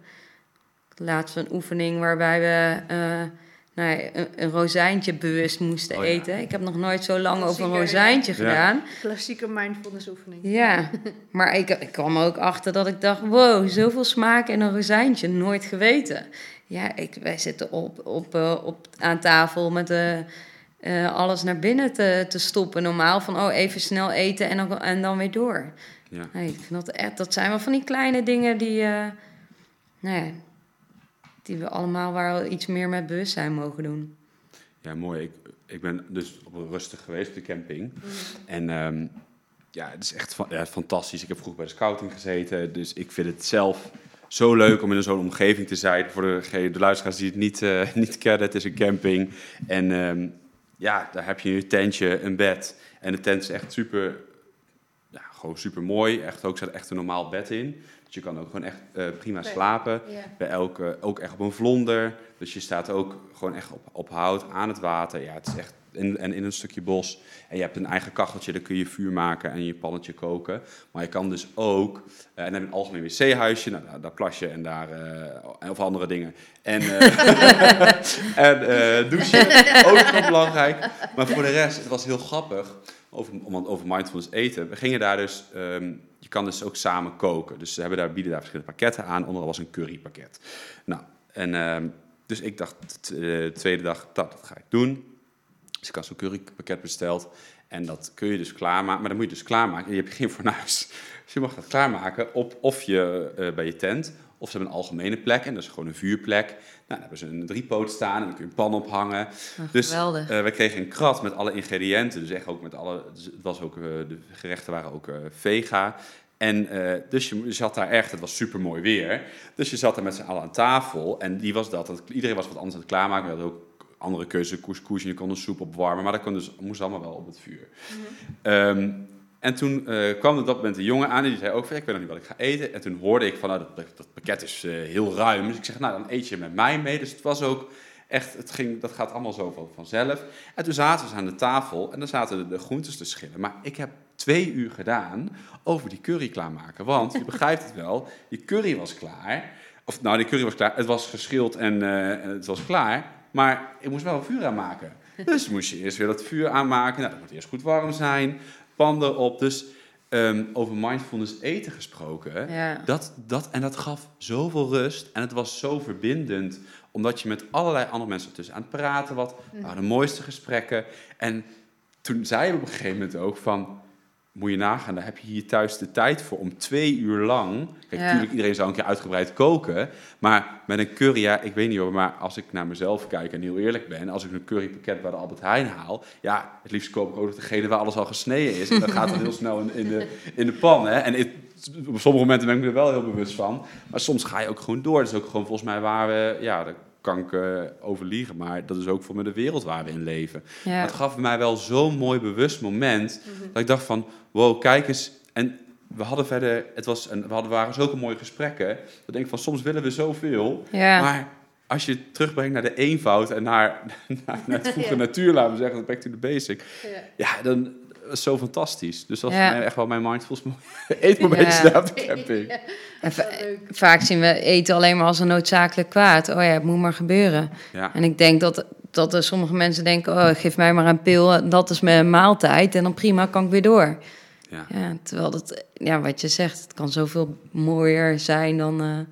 Laatst een oefening waarbij we... Uh, Nou ja, een, een rozijntje bewust moesten oh, ja. eten. Ik heb nog nooit zo lang Klassieke, over een rozijntje ja. gedaan. Ja. Klassieke mindfulness oefening. Ja, maar ik, ik kwam er ook achter dat ik dacht... wow, zoveel smaak in een rozijntje, nooit geweten. Ja, ik, wij zitten op, op, uh, op, aan tafel met uh, uh, alles naar binnen te, te stoppen. Normaal van, oh, even snel eten en dan, en dan weer door. Ja. Nee, ik vind dat, echt, dat zijn wel van die kleine dingen die... Uh, nou ja, die we allemaal wel iets meer met bewustzijn mogen doen. Ja, mooi. Ik, ik ben dus op een rustig geweest op de camping. Mm. En um, ja, het is echt fa- ja, fantastisch. Ik heb vroeger bij de scouting gezeten. Dus ik vind het zelf zo leuk om in zo'n omgeving te zijn. Voor de, de luisteraars die het niet, uh, niet kennen, het is een camping. En um, ja, daar heb je een tentje, een bed. En de tent is echt super, ja, gewoon super mooi. Echt ook, zit echt een normaal bed in. Dus je kan ook gewoon echt uh, prima slapen. Ja. Bij elke, ook echt op een vlonder. Dus je staat ook gewoon echt op, op hout aan het water. Ja, het is echt in, en in een stukje bos. En je hebt een eigen kacheltje, daar kun je vuur maken en je pannetje koken. Maar je kan dus ook, uh, en dan heb je een algemeen wc-huisje, nou, daar, daar plas je en daar, uh, of andere dingen. En, uh, en uh, douchen, ook nog belangrijk. Maar voor de rest, het was heel grappig, over, over mindfulness eten. We gingen daar dus, um, je kan dus ook samen koken. Dus ze hebben daar, bieden daar verschillende pakketten aan, onder was een currypakket. Nou, en... Uh, Dus ik dacht, de tweede dag, dat, dat ga ik doen. Dus ik had zo'n currypakket besteld. En dat kun je dus klaarmaken. Maar dan moet je dus klaarmaken. Je hebt geen fornuis. Dus je mag dat klaarmaken op of je, uh, bij je tent. Of ze hebben een algemene plek. En dat is gewoon een vuurplek. Nou, dan hebben ze een driepoot staan. En dan kun je een pan ophangen. Oh, dus uh, we kregen een krat met alle ingrediënten. Dus echt ook met alle... Dus het was ook, uh, de gerechten waren ook uh, vega. En uh, dus je zat daar echt, het was super mooi weer. Dus je zat daar met z'n allen aan tafel. En die was dat. Iedereen was wat anders aan het klaarmaken. We hadden ook andere keuzes, couscous. Je kon een soep opwarmen. Maar dat kon dus, moest allemaal wel op het vuur. Mm-hmm. Um, en toen uh, kwam er op dat moment een jongen aan. En die zei ook van, ik weet nog niet wat ik ga eten. En toen hoorde ik van, nou, dat, dat pakket is uh, heel ruim. Dus ik zeg, nou, dan eet je met mij mee. Dus het was ook... Echt, het ging, dat gaat allemaal zo vanzelf. En toen zaten we aan de tafel en dan zaten de, de groentes te schillen. Maar ik heb twee uur gedaan over die curry klaarmaken. Want, je begrijpt het wel, die curry was klaar. Of nou, die curry was klaar. Het was geschild en uh, het was klaar. Maar ik moest wel een vuur aanmaken. Dus moest je eerst weer dat vuur aanmaken. Nou, dat moet eerst goed warm zijn. Pan erop. Dus um, over mindfulness eten gesproken. Ja. Dat, dat, en dat gaf zoveel rust. En het was zo verbindend. Omdat je met allerlei andere mensen tussen aan het praten was. We hadden de mooiste gesprekken. En toen zei we op een gegeven moment ook van... Moet je nagaan, daar heb je hier thuis de tijd voor om twee uur lang... Kijk, ja. Natuurlijk, iedereen zou een keer uitgebreid koken. Maar met een curry, ja, ik weet niet hoor... Maar als ik naar mezelf kijk en heel eerlijk ben... Als ik een currypakket bij de Albert Heijn haal... Ja, het liefst koop ik ook degene waar alles al gesneden is. En dat gaat dan heel snel in, in, de, in de pan, hè. En ik, op sommige momenten ben ik me er wel heel bewust van. Maar soms ga je ook gewoon door. Dat is ook gewoon volgens mij waar we... Ja, dat kan ik uh, over liegen, maar dat is ook voor me de wereld waar we in leven. Ja. Maar het gaf mij wel zo'n mooi bewust moment... Mm-hmm. Dat ik dacht van, wow, kijk eens... En we hadden verder... Het was een, we hadden, waren zulke mooie gesprekken... Dat ik denk van, soms willen we zoveel... Ja. Maar als je het terugbrengt naar de eenvoud... En naar, naar, naar het vroege ja. natuur, laten we zeggen... Back to the basic. Ja, ja dan... Dat is zo fantastisch. Dus dat is ja. echt wel mijn mindfulness eetmomentje ja. op de camping. Ja. En va- vaak zien we eten alleen maar als een noodzakelijk kwaad. Oh ja, het moet maar gebeuren. Ja. En ik denk dat, dat er sommige mensen denken... oh, geef mij maar een pil, dat is mijn maaltijd... en dan prima, kan ik weer door. Ja. Ja, terwijl dat, ja, wat je zegt, het kan zoveel mooier zijn... dan, uh,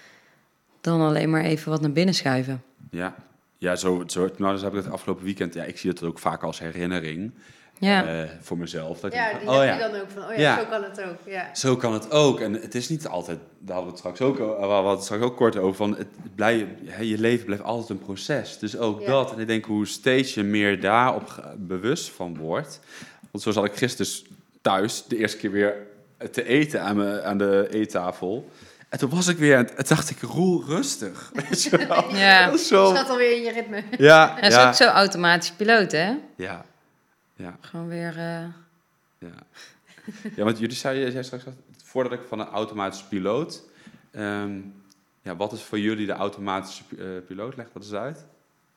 dan alleen maar even wat naar binnen schuiven. Ja, ja zo, zo, nou, dus heb ik het afgelopen weekend... Ja, ik zie het ook vaak als herinnering... Ja. Uh, voor mezelf. Dat ja, ik die van, oh, heb ja. je dan ook van, oh ja, ja, zo kan het ook. Ja. Zo kan het ook. En het is niet altijd, daar hadden we het straks ook, we hadden het straks ook kort over, van het blijf, je leven blijft altijd een proces. Dus ook ja. dat. En ik denk hoe steeds je meer daarop bewust van wordt. Want zo zat ik gisteren thuis de eerste keer weer te eten aan, me, aan de eettafel. En toen was ik weer, en dacht ik, Roel, rustig. Weet je wel? Ja. Dat zo... Je zat alweer in je ritme. Ja, dat is ja. ook zo automatisch piloot, hè? Ja. Ja. Gewoon weer... Uh... Ja. Ja, want jullie zei, jij straks, voordat ik van een automatische piloot... Um, ja, wat is voor jullie de automatische uh, piloot? Leg dat eens uit.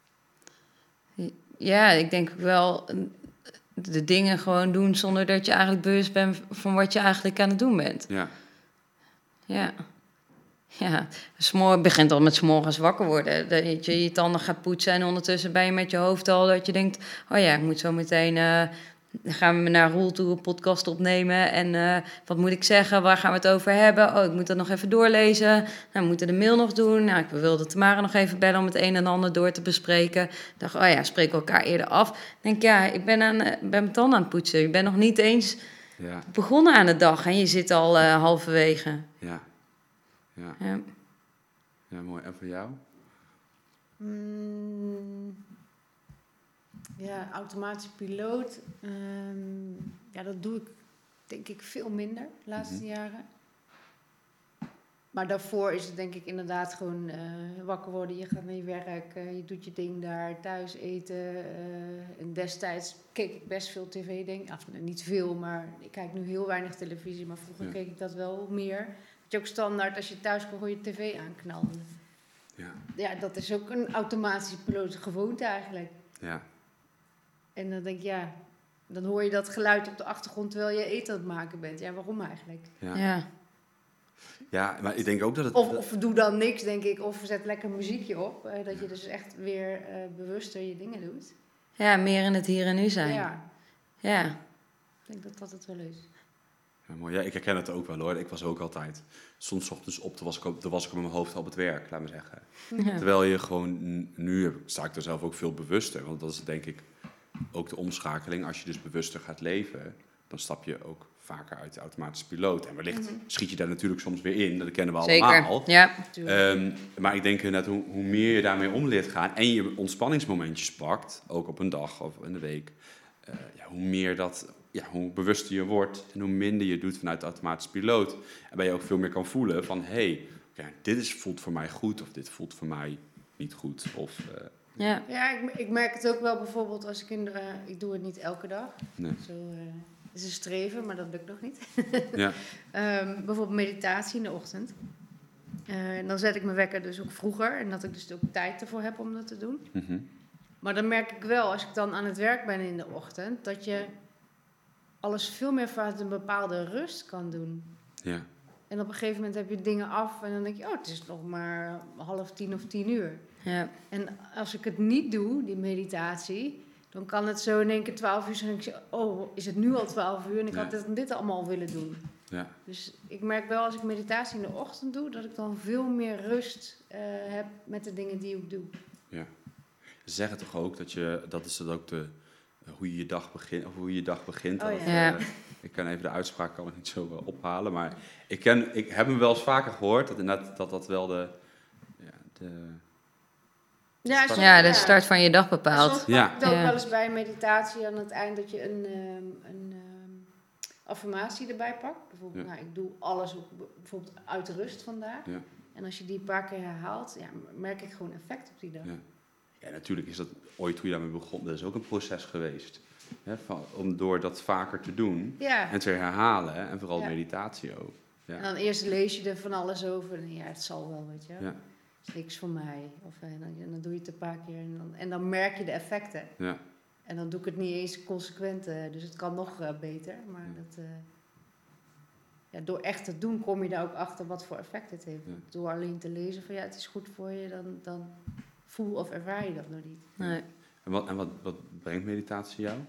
Ja, ik denk wel de dingen gewoon doen... zonder dat je eigenlijk bewust bent van wat je eigenlijk aan het doen bent. Ja. Ja. Ja, het begint al met 's morgens wakker worden. Dat je je tanden gaat poetsen en ondertussen ben je met je hoofd al... dat je denkt, oh ja, ik moet zo meteen... Uh, gaan we naar Roel toe een podcast opnemen... en uh, wat moet ik zeggen, waar gaan we het over hebben? Oh, ik moet dat nog even doorlezen. Nou, we moeten de mail nog doen. Nou, ik wilde Tamara nog even bellen om het een en ander door te bespreken. Ik dacht, oh ja, spreken we elkaar eerder af. Ik denk, ja, ik ben, aan, ben mijn tanden aan het poetsen. Ik ben nog niet eens ja. begonnen aan de dag... en je zit al uh, halverwege. Ja. Ja. Ja. Ja, mooi. En voor jou? Mm, ja, automatische piloot. Um, ja, dat doe ik denk ik veel minder de laatste mm-hmm. jaren. Maar daarvoor is het denk ik inderdaad gewoon uh, wakker worden. Je gaat naar je werk, uh, je doet je ding daar, thuis eten. Uh, en destijds keek ik best veel tv, denk ik. Of, niet veel, maar ik kijk nu heel weinig televisie. Maar vroeger ja. keek ik dat wel meer. Dat je ook standaard, als je thuis kwam, gewoon je tv aanknallen. Ja. Ja, dat is ook een automatische piloot gewoonte eigenlijk. Ja. En dan denk ik, ja, dan hoor je dat geluid op de achtergrond terwijl je eten aan het maken bent. Ja, waarom eigenlijk? Ja. Ja. Ja, maar ik denk ook dat het... Of, of doe dan niks, denk ik. Of zet lekker muziekje op. Uh, dat je dus echt weer uh, bewuster je dingen doet. Ja, meer in het hier en nu zijn. Ja. Ja. Ik denk dat dat het wel is. Ja, mooi. Ja, ik herken het ook wel hoor. Ik was ook altijd... Soms 's ochtends op, dan was, ik op, dan was ik op mijn hoofd op het werk, laat maar zeggen. Ja. Terwijl je gewoon... Nu sta ik er zelf ook veel bewuster. Want dat is denk ik ook de omschakeling. Als je dus bewuster gaat leven, dan stap je ook vaker uit de automatische piloot. En wellicht mm-hmm. schiet je daar natuurlijk soms weer in. Dat kennen we allemaal. Zeker, ja. Um, maar ik denk inderdaad, hoe, hoe meer je daarmee om leert gaan... en je ontspanningsmomentjes pakt, ook op een dag of in de week... Uh, ja, hoe meer dat... Ja, hoe bewuster je wordt en hoe minder je doet vanuit de automatische piloot. En ben je ook veel meer kan voelen van... hé, hey, okay, dit is, voelt voor mij goed of dit voelt voor mij niet goed. Of, uh, ja, ja ik, ik merk het ook wel bijvoorbeeld als ik in de... Ik doe het niet elke dag. Nee. Zo, uh, het is een streven, maar dat lukt nog niet. Ja. um, bijvoorbeeld meditatie in de ochtend. Uh, en dan zet ik mijn wekker dus ook vroeger. En dat ik dus ook tijd ervoor heb om dat te doen. Mm-hmm. Maar dan merk ik wel, als ik dan aan het werk ben in de ochtend... dat je alles veel meer vanuit een bepaalde rust kan doen. Ja. En op een gegeven moment heb je dingen af en dan denk je... oh, het is nog maar half tien of tien uur. Ja. En als ik het niet doe, die meditatie... dan kan het zo in één keer twaalf uur zijn... en ik zeg, oh, is het nu al twaalf uur... en ik ja. had dit, dit allemaal willen doen. Ja. Dus ik merk wel, als ik meditatie in de ochtend doe... dat ik dan veel meer rust uh, heb met de dingen die ik doe. Ja. Ze zeggen toch ook dat je... dat is dat ook de... hoe je je dag begint, of hoe je je dag begint. Oh, ja. Of, ja. uh, ik kan even de uitspraak kan ik niet zo uh, ophalen, maar ik, ken, ik heb hem wel eens vaker gehoord dat inderdaad dat dat wel de, ja, de, de ja, start, ja, de start van je dag bepaalt. Soms ja. ik ook ja. wel eens bij meditatie aan het eind dat je een, um, een um, affirmatie erbij pakt. Bijvoorbeeld, ja. nou, ik doe alles op, bijvoorbeeld uit rust vandaag. Ja. En als je die een paar keer herhaalt, ja, merk ik gewoon effect op die dag. Ja. Ja, natuurlijk is dat ooit toen je daarmee begon, dat is ook een proces geweest. Hè, van, om door dat vaker te doen ja. en te herhalen, hè, en vooral ja. meditatie ook. Ja. En dan eerst lees je er van alles over en ja, het zal wel, weet je. Ja. Het is niks voor mij. Of, en dan, en dan doe je het een paar keer en dan, en dan merk je de effecten. Ja. En dan doe ik het niet eens consequent, uh, dus het kan nog uh, beter. Maar ja. dat, uh, ja, door echt te doen kom je daar ook achter wat voor effect het heeft. Ja. Door alleen te lezen van ja, het is goed voor je, dan... dan voel of ervaar je dat nog niet. Nee. En, wat, en wat, wat brengt meditatie jou?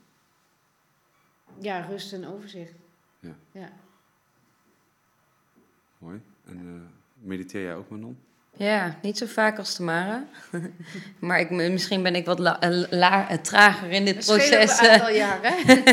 Ja, rust en overzicht. Ja. ja. Mooi. En uh, mediteer jij ook, Manon? Ja, niet zo vaak als Tamara. Maar ik, misschien ben ik wat la, la, trager in dit dat proces. Een aantal jaren.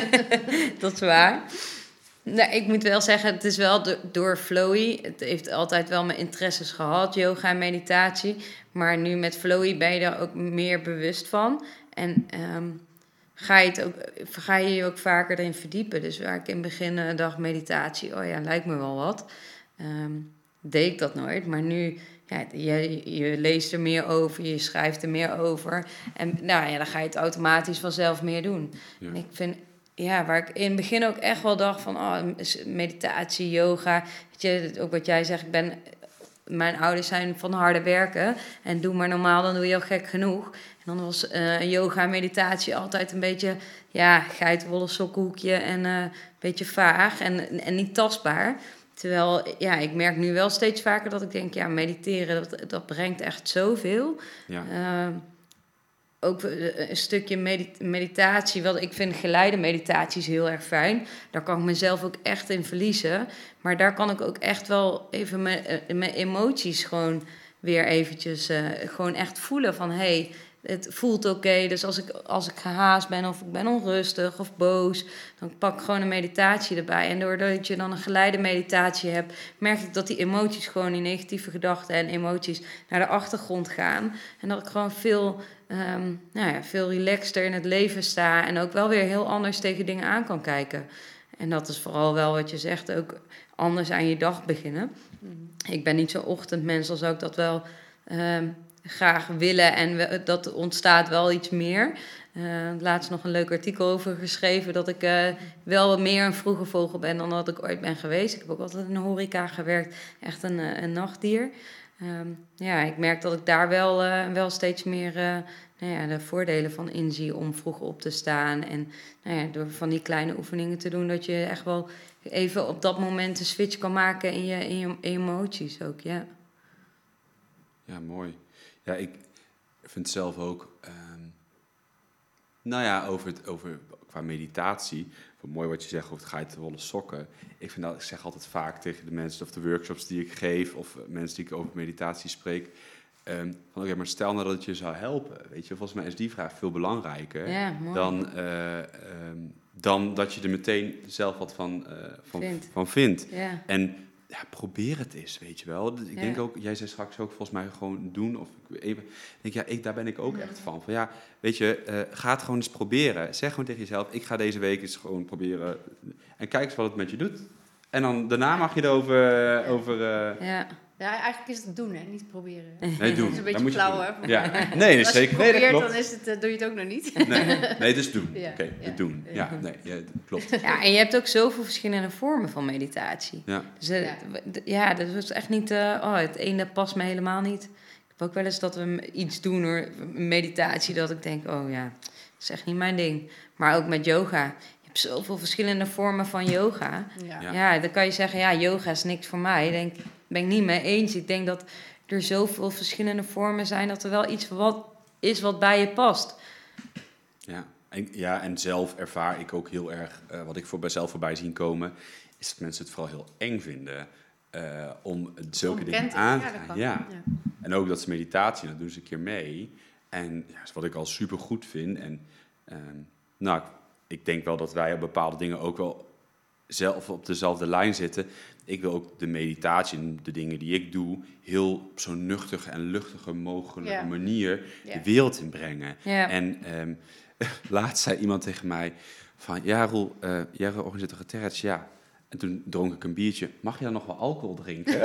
Dat is waar. Nou, ik moet wel zeggen, het is wel do- door Flowy. Het heeft altijd wel mijn interesses gehad, yoga en meditatie. Maar nu met Flowy ben je daar ook meer bewust van. En um, ga, je het ook, ga je je ook vaker erin verdiepen. Dus waar ik in het begin uh, dacht, meditatie, oh ja, lijkt me wel wat. Um, deed ik dat nooit. Maar nu, ja, je, je leest er meer over, je schrijft er meer over. En nou ja, dan ga je het automatisch vanzelf meer doen. Ja. En ik vind... Ja, waar ik in het begin ook echt wel dacht van oh, meditatie, yoga. Weet je, ook wat jij zegt, ik ben, mijn ouders zijn van harde werken. En doe maar normaal, dan doe je al gek genoeg. En dan was uh, yoga en meditatie altijd een beetje, ja, geitenwolle sokkenhoekje en uh, een beetje vaag en, en niet tastbaar. Terwijl, ja, ik merk nu wel steeds vaker dat ik denk, ja, mediteren, dat, dat brengt echt zoveel. Ja. Uh, Ook een stukje medit- meditatie. Wat ik vind geleide meditaties heel erg fijn. Daar kan ik mezelf ook echt in verliezen. Maar daar kan ik ook echt wel even mijn, mijn emoties gewoon weer eventjes uh, gewoon echt voelen van hey, het voelt oké. Okay. Dus als ik, als ik gehaast ben of ik ben onrustig of boos, dan pak ik gewoon een meditatie erbij. En doordat je dan een geleide meditatie hebt, merk ik dat die emoties gewoon, die negatieve gedachten en emoties naar de achtergrond gaan. En dat ik gewoon veel, um, nou ja, veel relaxter in het leven sta en ook wel weer heel anders tegen dingen aan kan kijken. En dat is vooral wel wat je zegt, ook anders aan je dag beginnen. Mm. Ik ben niet zo'n ochtendmens, al zou ik dat wel um, graag willen. En we, dat ontstaat wel iets meer. Uh, laatst nog een leuk artikel over geschreven dat ik uh, wel meer een vroege vogel ben dan dat ik ooit ben geweest. Ik heb ook altijd in de horeca gewerkt, echt een, een nachtdier. Um, ja, ik merk dat ik daar wel, uh, wel steeds meer uh, nou ja, de voordelen van inzie om vroeg op te staan. En nou ja, door van die kleine oefeningen te doen, dat je echt wel even op dat moment een switch kan maken in je, in je emoties ook, ja. Ja, mooi. Ja, ik vind zelf ook, um, nou ja, over, het, over qua meditatie, mooi wat je zegt over het geitenwolle sokken. Ik vind dat, ik zeg altijd vaak tegen de mensen of de workshops die ik geef of mensen die ik over meditatie spreek, um, van oké, maar stel nou dat het je zou helpen, weet je, volgens mij is die vraag veel belangrijker Ja, dan, uh, um, dan dat je er meteen zelf wat van, uh, van vindt. Van vindt. Ja. En ja, probeer het eens, weet je wel. Ik denk ja. ook, jij zei straks ook volgens mij gewoon doen. Of even, denk, ja, ik, daar ben ik ook echt van. Van ja, weet je, uh, ga het gewoon eens proberen. Zeg gewoon tegen jezelf, ik ga deze week eens gewoon proberen. En kijk eens wat het met je doet. En dan daarna mag je erover... Uh, over, uh, ja. Ja, eigenlijk is het doen, hè? Niet proberen. Nee, doen. Dat is een beetje flauw, hè? Ja. Nee, nee, zeker. Als je probeert, nee, dat klopt. dan is het, uh, doe je het ook nog niet. Nee, nee dus doen. Ja. Oké, okay, ja. doen. Ja, nee, ja, klopt. Ja, en je hebt ook zoveel verschillende vormen van meditatie. Ja. Dus uh, ja. ja, dat is echt niet... Uh, oh, het ene past me helemaal niet. Ik heb ook wel eens dat we iets doen, hoor, meditatie, dat ik denk, oh ja, dat is echt niet mijn ding. Maar ook met yoga. Zoveel verschillende vormen van yoga. Ja. Ja. ja, dan kan je zeggen, ja, yoga is niks voor mij. Daar ben ik niet mee eens. Ik denk dat er zoveel verschillende vormen zijn, dat er wel iets wat is wat bij je past. Ja, en, ja, en zelf ervaar ik ook heel erg, uh, wat ik voor mezelf voorbij zien komen, is dat mensen het vooral heel eng vinden uh, om zulke dingen aan te gaan. Ja. Ja. En ook dat ze meditatie, dat doen ze een keer mee. En ja, wat ik al super goed vind. En uh, nou, ik denk wel dat wij op bepaalde dingen ook wel zelf op dezelfde lijn zitten. Ik wil ook de meditatie en de dingen die ik doe heel op zo'n nuchtige en luchtige mogelijke ja. manier ja. de wereld in brengen. Ja. En um, laatst zei iemand tegen mij van, ja Roel, uh, jij organiseert een retraite, ja. En toen dronk ik een biertje. Mag je dan nog wel alcohol drinken?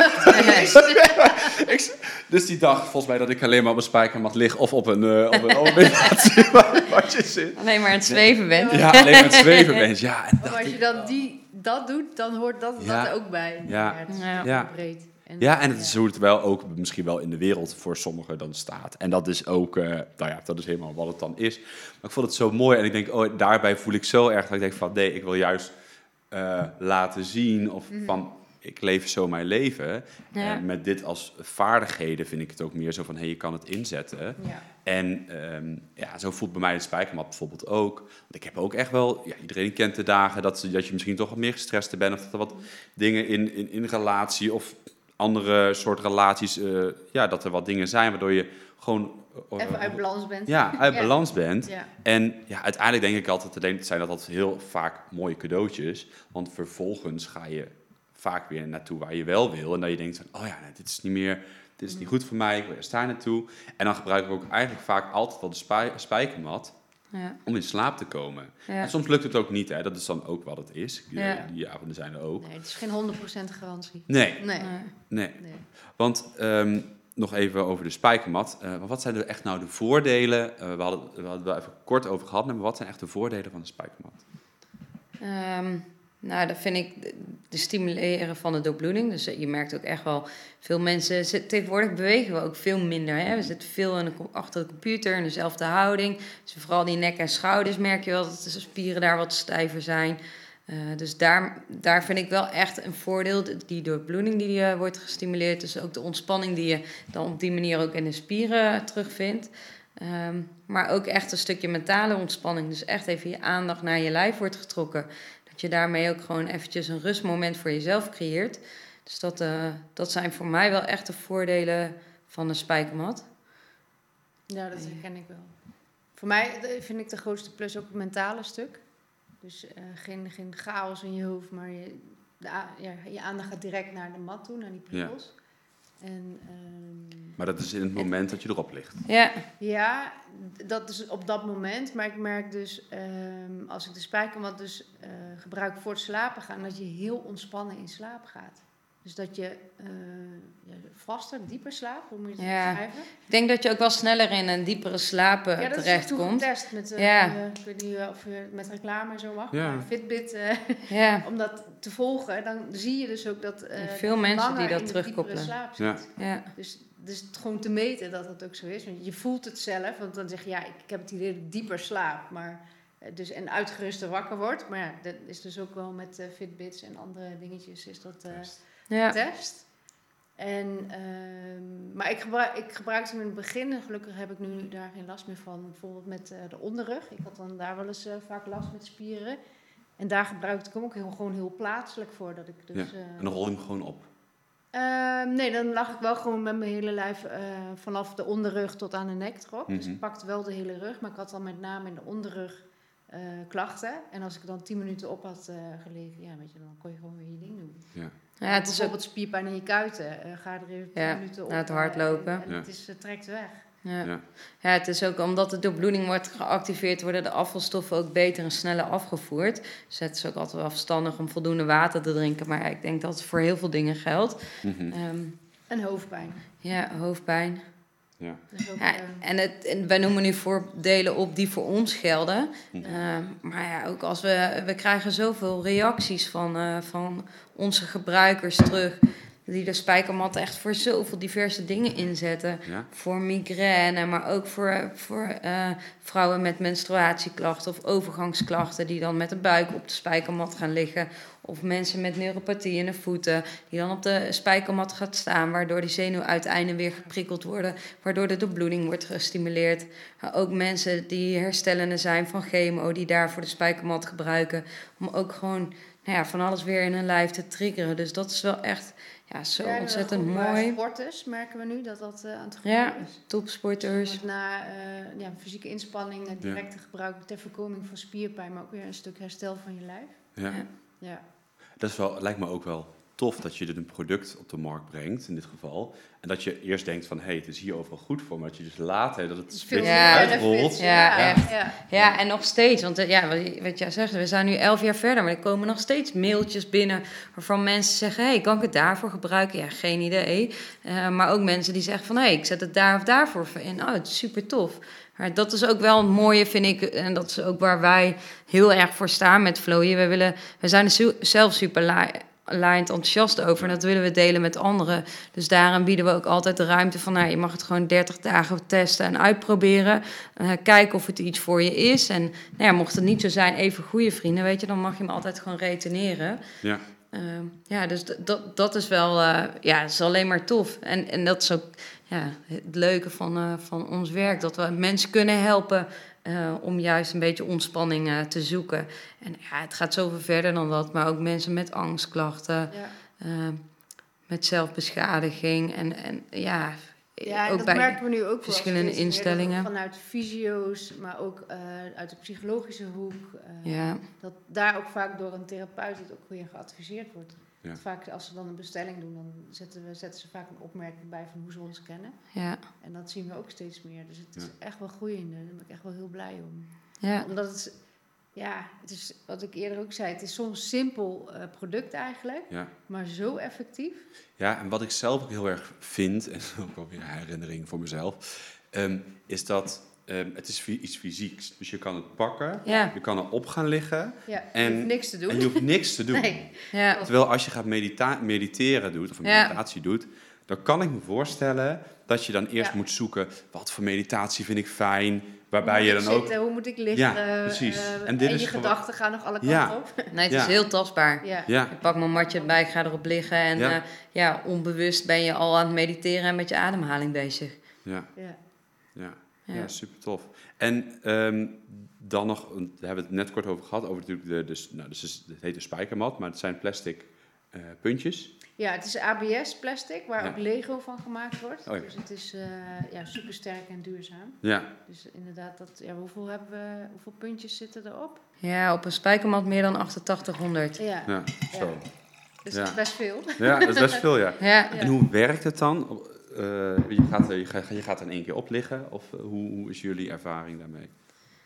ik, dus die dacht volgens mij dat ik alleen maar op een spijkermat lig of op een, uh, op een meditatie zit. Alleen maar aan het zweven bent. Ja, alleen maar aan het zweven bent. Ja, en maar als je dan die, dat doet, dan hoort dat, ja. dat ook bij. Ja, ja, het is ja. ja. breed. En, ja, en het is hoe het wel ook misschien wel in de wereld voor sommigen dan staat. En dat is ook, uh, nou ja, dat is helemaal wat het dan is. Maar ik vond het zo mooi en ik denk, oh, daarbij voel ik zo erg dat ik denk van, nee, ik wil juist uh, laten zien of mm-hmm. van, ik leef zo mijn leven. Ja. En met dit als vaardigheden vind ik het ook meer zo van, hé, hey, je kan het inzetten. Ja. En um, ja, zo voelt bij mij de spijkermat bijvoorbeeld ook. Want ik heb ook echt wel, ja, iedereen kent de dagen dat, dat je misschien toch wat meer gestrest bent. Of dat er wat mm. dingen in, in, in relatie of andere soort relaties, uh, ja, dat er wat dingen zijn waardoor je gewoon... Uh, Even uit balans bent. Ja, uit ja. balans bent. Ja. En ja, uiteindelijk denk ik altijd, alleen zijn dat altijd heel vaak mooie cadeautjes. Want vervolgens ga je vaak weer naartoe waar je wel wil. En dat je denkt van, oh ja, nee, dit is niet meer, dit is niet goed voor mij, ik wil eerst daar naartoe. En dan gebruik ik ook eigenlijk vaak altijd wel de spij- spijkermat ja. om in slaap te komen. Ja. En soms lukt het ook niet, hè. Dat is dan ook wat het is. Die, ja. die avonden zijn er ook. Nee, het is geen honderd procent garantie. Nee. Nee. nee. nee. nee. Want um, nog even over de spijkermat. Uh, wat zijn er echt nou de voordelen? Uh, we hadden we hadden wel even kort over gehad, maar wat zijn echt de voordelen van de spijkermat? Um, nou, dat vind ik de, de stimuleren van de doorbloeding. Dus je merkt ook echt wel, veel mensen, tegenwoordig bewegen we ook veel minder. Hè? We zitten veel in de, achter de computer in dezelfde houding. Dus vooral die nek en schouders merk je wel dat de spieren daar wat stijver zijn. Uh, dus daar, daar vind ik wel echt een voordeel, die doorbloeding die uh, wordt gestimuleerd. Dus ook de ontspanning die je dan op die manier ook in de spieren terugvindt. Um, maar ook echt een stukje mentale ontspanning. Dus echt even je aandacht naar je lijf wordt getrokken. Dat je daarmee ook gewoon eventjes een rustmoment voor jezelf creëert. Dus dat, uh, dat zijn voor mij wel echt de voordelen van de spijkermat. Ja, dat herken ik wel. Voor mij vind ik de grootste plus ook het mentale stuk. Dus uh, geen, geen chaos in je hoofd, maar je, de, ja, je aandacht gaat direct naar de mat toe, naar die prikkels. Ja. En, um, maar dat is in het moment en, dat je erop ligt. Ja. Ja, dat is op dat moment. Maar ik merk dus, um, als ik de spijkermat dus uh, gebruik voor het slapen gaan, dat je heel ontspannen in slaap gaat. Dus dat je, uh, ja, vaster, dieper slaap. Hoe moet je dat Ja. beschrijven? Ik denk dat je ook wel sneller in een diepere slaap uh, ja, dat terechtkomt. is getest met, uh, ja. uh, ik weet niet of je met reclame en zo mag, ja. maar Fitbit, uh, ja. om dat te volgen, dan zie je dus ook dat uh, veel mensen die dat in terugkoppelen. Slaap zit. Ja. Ja. Dus, dus het gewoon te meten dat dat ook zo is. Want je voelt het zelf, want dan zeg je, ja, ik, ik heb het idee dat ik dieper slaap, maar dus en uitgeruster wakker wordt. Maar ja, dat is dus ook wel met uh, Fitbits en andere dingetjes is dat uh, ja. test. En, uh, maar ik, gebruik, ik gebruikte hem in het begin en gelukkig heb ik nu daar geen last meer van. Bijvoorbeeld met uh, de onderrug. Ik had dan daar wel eens uh, vaak last met spieren. En daar gebruikte ik hem ook heel, gewoon heel plaatselijk voor. Dat ik dus, ja. uh, en dan rol je hem gewoon op? Uh, nee, dan lag ik wel gewoon met mijn hele lijf uh, vanaf de onderrug tot aan de nek erop. Mm-hmm. Dus ik pakte wel de hele rug, maar ik had dan met name in de onderrug uh, klachten. En als ik dan tien minuten op had uh, gelegen, ja, weet je, dan kon je gewoon weer je ding doen. Ja. Ja, het is bijvoorbeeld ook spierpijn in je kuiten. Uh, ga er even tien ja, minuten op. na het hardlopen. En, en ja. het is, uh, trekt weg. Ja. Ja. ja, het is ook omdat de doorbloeding wordt geactiveerd, worden de afvalstoffen ook beter en sneller afgevoerd. Dus het is ook altijd wel verstandig om voldoende water te drinken. Maar ja, ik denk dat het voor heel veel dingen geldt. Mm-hmm. Um, en hoofdpijn. Ja, hoofdpijn. Ja. Dus ook, ja, en, het, en wij noemen nu voordelen op die voor ons gelden. Mm-hmm. Uh, maar ja, ook als we, we krijgen zoveel reacties van, uh, van onze gebruikers terug, die de spijkermat echt voor zoveel diverse dingen inzetten. Ja. Voor migraine, maar ook voor, voor uh, vrouwen met menstruatieklachten of overgangsklachten, die dan met de buik op de spijkermat gaan liggen. Of mensen met neuropathie in de voeten, die dan op de spijkermat gaat staan, waardoor die zenuwuiteinden weer geprikkeld worden, waardoor de doorbloeding wordt gestimuleerd. Maar ook mensen die herstellende zijn van chemo, die daarvoor de spijkermat gebruiken, om ook gewoon nou ja, van alles weer in hun lijf te triggeren. Dus dat is wel echt ja, zo ja, ontzettend mooi. Sporters merken we nu dat dat uh, aan het gebeuren ja, is. Topsporters. Dus na uh, ja, fysieke inspanning uh, direct te gebruiken ter voorkoming van spierpijn, maar ook weer een stuk herstel van je lijf. Ja. ja. ja. Dat is wel, lijkt me ook wel tof dat je er een product op de markt brengt, in dit geval. En dat je eerst denkt van, hé, hey, het is hier overal goed voor, maar dat je dus later, dat het spits ja, uitrolt. Ja, ja, echt. Ja. ja, en nog steeds, want ja, wat jij zegt, we zijn nu elf jaar verder, maar er komen nog steeds mailtjes binnen waarvan mensen zeggen, hé, hey, kan ik het daarvoor gebruiken? Ja, geen idee. Uh, maar ook mensen die zeggen van, hé, hey, ik zet het daar of daarvoor in. Oh, het is super tof. Maar dat is ook wel het mooie, vind ik, en dat is ook waar wij heel erg voor staan met Flowy. We willen, we zijn er su- zelf super la- laaiend enthousiast over en dat willen we delen met anderen. Dus daarom bieden we ook altijd de ruimte van, nou, je mag het gewoon dertig dagen testen en uitproberen. Uh, kijken of het iets voor je is. En nou ja, mocht het niet zo zijn, even goede vrienden, weet je, dan mag je hem altijd gewoon reteneren. Ja. Uh, ja, dus d- dat, dat is wel, uh, ja, dat is alleen maar tof. En, en dat is ook ja, het leuke van, uh, van ons werk, dat we mensen kunnen helpen uh, om juist een beetje ontspanning uh, te zoeken. En ja, het gaat zoveel verder dan dat, maar ook mensen met angstklachten, ja. uh, met zelfbeschadiging en, en ja... Ja, en ook dat bij merken we nu ook verschillende instellingen. Vanuit fysio's, maar ook uh, uit de psychologische hoek. Uh, ja. Dat daar ook vaak door een therapeut het ook weer geadviseerd wordt. Ja. Vaak als ze dan een bestelling doen, dan zetten, we, zetten ze vaak een opmerking bij van hoe ze ons kennen. Ja. En dat zien we ook steeds meer. Dus het is ja. echt wel groeiende. Daar ben ik echt wel heel blij om. Ja. Omdat het, ja, het is wat ik eerder ook zei, het is soms simpel uh, product eigenlijk, ja. maar zo effectief. Ja, en wat ik zelf ook heel erg vind, en ook wel weer een herinnering voor mezelf, um, is dat um, het is iets fysieks. Dus je kan het pakken, ja. je kan erop gaan liggen. Ja, en, je hoeft niks te doen. En je hoeft niks te doen. Nee. Ja. Terwijl als je gaat medita- mediteren doet, of een ja. meditatie doet, dan kan ik me voorstellen dat je dan eerst ja. moet zoeken, wat voor meditatie vind ik fijn, waarbij je dan zitten, ook... Hoe moet ik liggen? Ja, precies. Uh, en en, dit en is je gewoon... gedachten gaan nog alle kanten ja. op. Nee, het ja. is heel tastbaar. Ja. Ja. Je pakt mijn matje erbij, ik ga erop liggen en ja. Uh, ja, onbewust ben je al aan het mediteren en met je ademhaling bezig. Ja, ja. ja. ja. ja super tof. En um, dan nog, daar hebben we het net kort over gehad, over natuurlijk de, dus, nou, dus het heet een spijkermat, maar het zijn plastic uh, puntjes. Ja, het is A B S plastic, waar ja. ook Lego van gemaakt wordt. Oh, ja. Dus het is uh, ja, super sterk en duurzaam. Ja. Dus inderdaad, dat, ja, hoeveel, hebben we, hoeveel puntjes zitten erop? Ja, op een spijkermat meer dan achtentachtighonderd. Ja, ja zo. Ja. Dus ja. dat is best veel. Ja, dat is best veel, ja. ja. En hoe werkt het dan? Uh, je, gaat, je, gaat, je gaat er in één keer op liggen? Of uh, hoe, hoe is jullie ervaring daarmee?